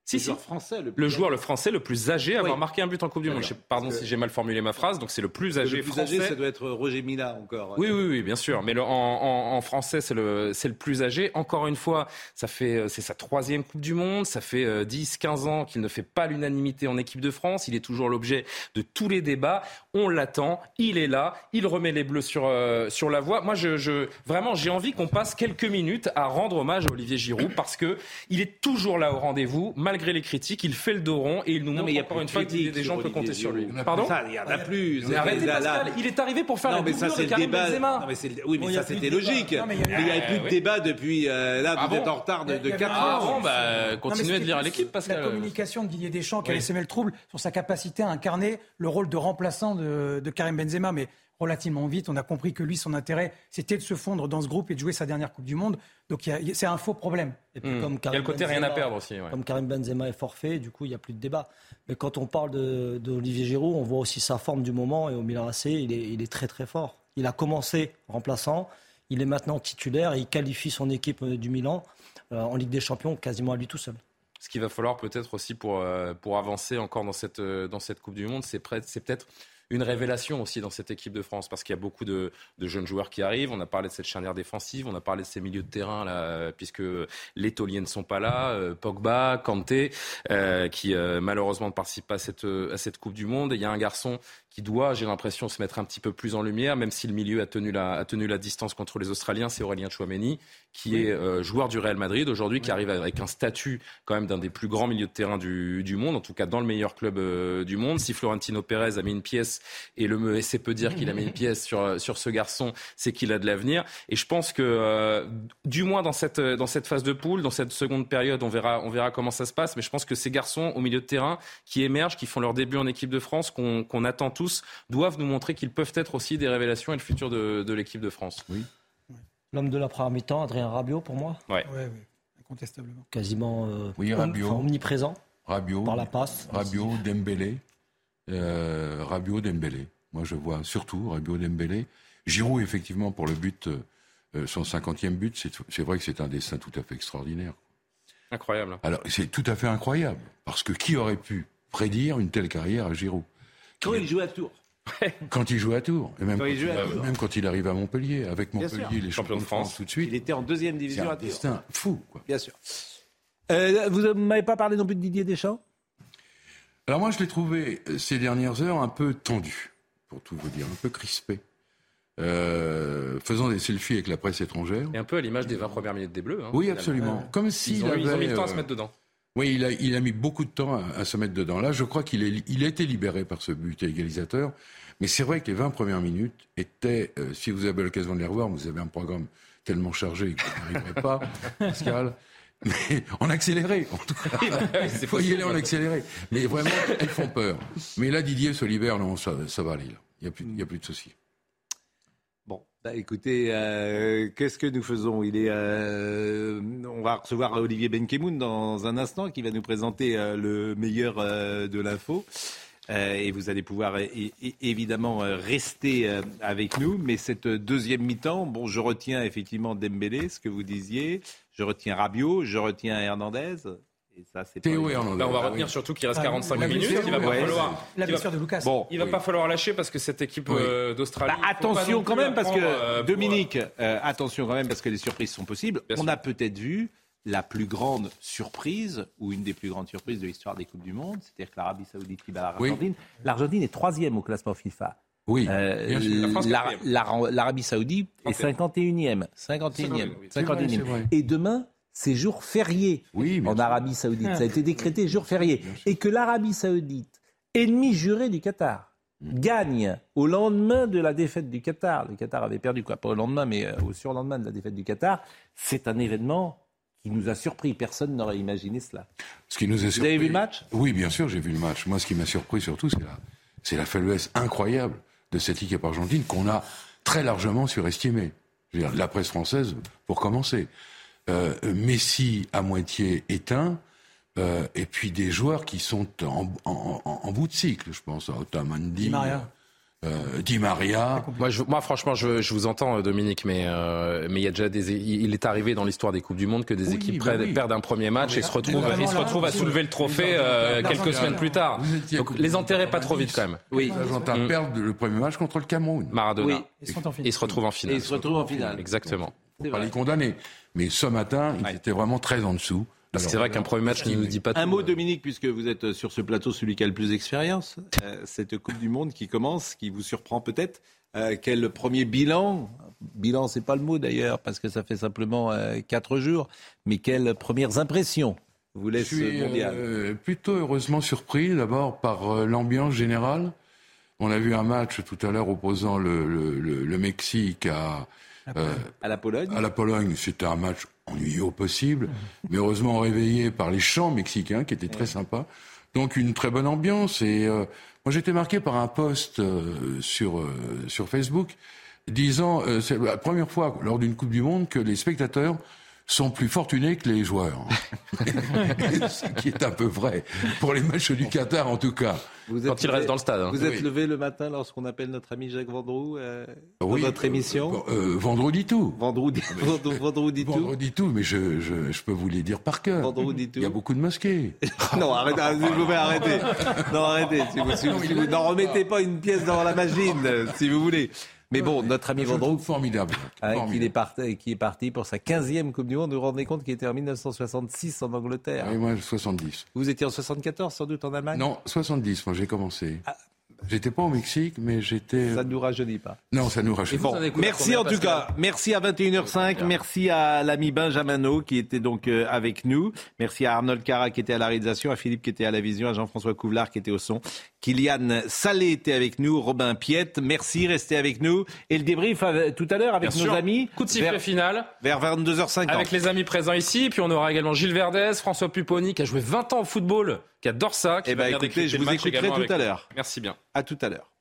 Le joueur français le plus âgé à avoir marqué un but en Coupe du Monde. Pardon si j'ai mal formulé ma phrase. Donc c'est le plus âgé français. Ça doit être Roger Mila encore. Oui, bien sûr. Mais en français, c'est le plus âgé. Encore une fois, c'est sa 3e Coupe du Monde. Ça fait 10-15 ans qu'il ne fait pas l'unanimité en équipe de France. Il est toujours l'objet de tous les débats. On l'attend. Il est là. Il remet les Bleus sur la voie. Moi, vraiment, j'ai envie qu'on passe quelques minutes à rendre hommage à Olivier Giroud parce que il est toujours là au rendez-vous. Malgré les critiques, il fait le dos rond et il nous montre encore une fois qu'il y a des gens qui peuvent compter sur lui. Pardon ? Il n'y en a plus. Mais arrêtez Pascal, il est arrivé pour faire la doublure de Karim Benzema. Oui, mais ça c'était logique. Mais il n'y avait plus de débat depuis... Là, vous êtes en retard de 4 ans. Continuez de lire l'équipe, Pascal. La communication de Didier Deschamps qui avait semé le trouble sur sa capacité à incarner le rôle de remplaçant de Karim Benzema. Mais relativement vite, on a compris que lui, son intérêt, c'était de se fondre dans ce groupe et de jouer sa dernière Coupe du Monde. Donc c'est un faux problème. Et puis, comme Karim Benzema, côté rien à perdre aussi. Ouais. Comme Karim Benzema est forfait, du coup, il n'y a plus de débat. Mais quand on parle d'Olivier Giroud, on voit aussi sa forme du moment. Et au Milan AC, il est très très fort. Il a commencé remplaçant, il est maintenant titulaire et il qualifie son équipe du Milan en Ligue des Champions quasiment à lui tout seul. Ce qu'il va falloir peut-être aussi pour avancer encore dans cette Coupe du Monde, c'est peut-être une révélation aussi dans cette équipe de France parce qu'il y a beaucoup de jeunes joueurs qui arrivent. On a parlé de cette charnière défensive, on a parlé de ces milieux de terrain là, puisque les tauliers ne sont pas là, Pogba, Kanté, qui malheureusement ne participent pas à cette Coupe du Monde. Et il y a un garçon qui doit, j'ai l'impression, se mettre un petit peu plus en lumière, même si le milieu a tenu la distance contre les Australiens, c'est Aurélien Tchouaméni, qui est joueur du Real Madrid aujourd'hui, qui arrive avec un statut quand même d'un des plus grands milieux de terrain du monde, en tout cas dans le meilleur club du monde. Si Florentino Pérez a mis une pièce, et le MESC peut dire qu'il a mis une pièce sur ce garçon, c'est qu'il a de l'avenir. Et je pense que, du moins dans cette phase de poule, dans cette seconde période, on verra comment ça se passe, mais je pense que ces garçons au milieu de terrain qui émergent, qui font leur début en équipe de France, qu'on attend tous, doivent nous montrer qu'ils peuvent être aussi des révélations et le futur de l'équipe de France. Oui. L'homme de la première mi-temps, Adrien Rabiot, pour moi. Oui, incontestablement. Quasiment Rabiot, omniprésent Rabiot, par la passe. Rabiot, Dembélé. Rabiot, Dembélé. Moi, je vois surtout Rabiot, Dembélé. Giroud, effectivement, pour le but, son 50e but, c'est vrai que c'est un destin tout à fait extraordinaire. Incroyable. Alors, c'est tout à fait incroyable. Parce que qui aurait pu prédire une telle carrière à Giroud ? Quand il joue à Tours. Quand il joue à Tours. Et même quand il arrive à Montpellier. Avec Montpellier, les champions de France tout de suite. Il était en 2e division à Tours. C'est un fou, quoi. Bien sûr. Vous ne m'avez pas parlé non plus de Didier Deschamps ? Alors moi, je l'ai trouvé, ces dernières heures, un peu tendu, pour tout vous dire, un peu crispé. Faisant des selfies avec la presse étrangère. Et un peu à l'image des 20 premières minutes des Bleus. Hein, oui, absolument. Comme s'ils ils ont mis le temps à se mettre dedans. Oui, il a mis beaucoup de temps à se mettre dedans. Là, je crois qu'il a été libéré par ce but égalisateur. Mais c'est vrai que les 20 premières minutes étaient, si vous avez l'occasion de les revoir, vous avez un programme tellement chargé que vous n'arriverez pas, Pascal. Mais en accéléré, en tout cas. Il faut y aller en accéléré. Mais vraiment, elles font peur. Mais là, Didier se libère, non, ça va aller. Là. Il n'y a plus de soucis. Bon, écoutez, qu'est-ce que nous faisons ? On va recevoir Olivier Benkemoun dans un instant qui va nous présenter le meilleur de l'info. Et vous allez pouvoir évidemment rester avec nous. Mais cette deuxième mi-temps, bon, je retiens effectivement Dembélé, ce que vous disiez. Je retiens Rabiot, je retiens Hernandez. Et ça, c'est Théo Hernandez. Là, on va retenir surtout qu'il reste 45 minutes. Il va pas falloir. La blessure de Lucas. Bon, il va pas falloir lâcher parce que cette équipe d'Australie. Attention quand même parce que Dominique, attention quand même parce que les surprises sont possibles. On a peut-être vu la plus grande surprise, ou une des plus grandes surprises de l'histoire des Coupes du Monde, c'est-à-dire que l'Arabie Saoudite qui bat l'Argentine. Oui. L'Argentine est 3e au classement FIFA. Oui, l'Arabie Saoudite est 51e. 51e. Et demain, c'est jour férié en Arabie Saoudite. Ça a été décrété jour férié. Et que l'Arabie Saoudite, ennemi juré du Qatar, gagne au lendemain de la défaite du Qatar. Le Qatar avait perdu, pas au lendemain, mais au surlendemain de la défaite du Qatar. C'est un événement qui nous a surpris. Personne n'aurait imaginé cela. Vous avez vu le match ? Oui, bien sûr, j'ai vu le match. Moi, ce qui m'a surpris surtout, c'est la faiblesse incroyable de cette équipe argentine qu'on a très largement surestimée. Je veux dire, la presse française, pour commencer. Messi à moitié éteint, et puis des joueurs qui sont en bout de cycle, je pense à Otamendi, Di Maria. Moi, franchement, je vous entends, Dominique, mais il y a déjà il est arrivé dans l'histoire des Coupes du Monde que des équipes perdent un premier match et se retrouvent à soulever le trophée quelques semaines plus tard. Donc les enterrer pas trop vite quand même. Oui. Les Argentins perdent le premier match contre le Cameroun. Maradona. Et ils se retrouvent en finale. Exactement. Faut pas les condamner. Mais ce matin, ils étaient vraiment très en dessous. C'est vrai qu'un premier match ne nous dit pas tout. Un mot, Dominique, puisque vous êtes sur ce plateau, celui qui a le plus d'expérience. Cette Coupe du Monde qui commence, qui vous surprend peut-être. Quel premier bilan ? Bilan, c'est pas le mot d'ailleurs, parce que ça fait simplement 4 jours. Mais quelles premières impressions vous laisse mondial ? Je suis plutôt heureusement surpris, d'abord par l'ambiance générale. On a vu un match tout à l'heure opposant le Mexique à la Pologne. À la Pologne, c'était un match ennuyeux au possible, mais heureusement réveillé par les chants mexicains qui étaient très sympas. Donc une très bonne ambiance. Et moi j'étais marqué par un post sur Facebook disant c'est la première fois lors d'une Coupe du Monde que les spectateurs sont plus fortunés que les joueurs. Ce qui est un peu vrai pour les matchs du Qatar en tout cas. Quand ils restent dans le stade. Vous êtes levé le matin lorsqu'on appelle notre ami Jacques Vendroux pour notre émission Vendredi tout. Vendredi tout, mais je peux vous les dire par cœur. Vendredi tout. Il y a beaucoup de mosquées. Non, arrêtez. Non, arrêtez. Si vous n'en remettez pas une pièce dans la machine, si vous voulez. Mais bon, notre ami Vendroux, formidable. Qui est parti pour sa 15e Coupe du Monde. Vous vous rendez compte qu'il était en 1966 en Angleterre. Oui, moi, 70. Vous étiez en 74, sans doute, en Allemagne ? Non, 70, moi, j'ai commencé. J'étais pas au Mexique, mais j'étais... Ça ne nous rajeunit pas. Non, ça nous rajeunit pas. Merci en tout cas. Merci à 21h05. Merci à l'ami Benjamino qui était donc avec nous. Merci à Arnold Cara qui était à la réalisation, à Philippe qui était à la vision, à Jean-François Couvlar qui était au son. Kylian Salé était avec nous, Robin Piette. Merci, restez avec nous. Et le débrief tout à l'heure avec nos amis. Coup de sifflet final. Vers 22h50. Avec les amis présents ici. Puis on aura également Gilles Verdez, François Pupponi qui a joué 20 ans au football, qui adore ça. Qui écoutez, je vous écouterai tout à l'heure. Merci bien. À tout à l'heure.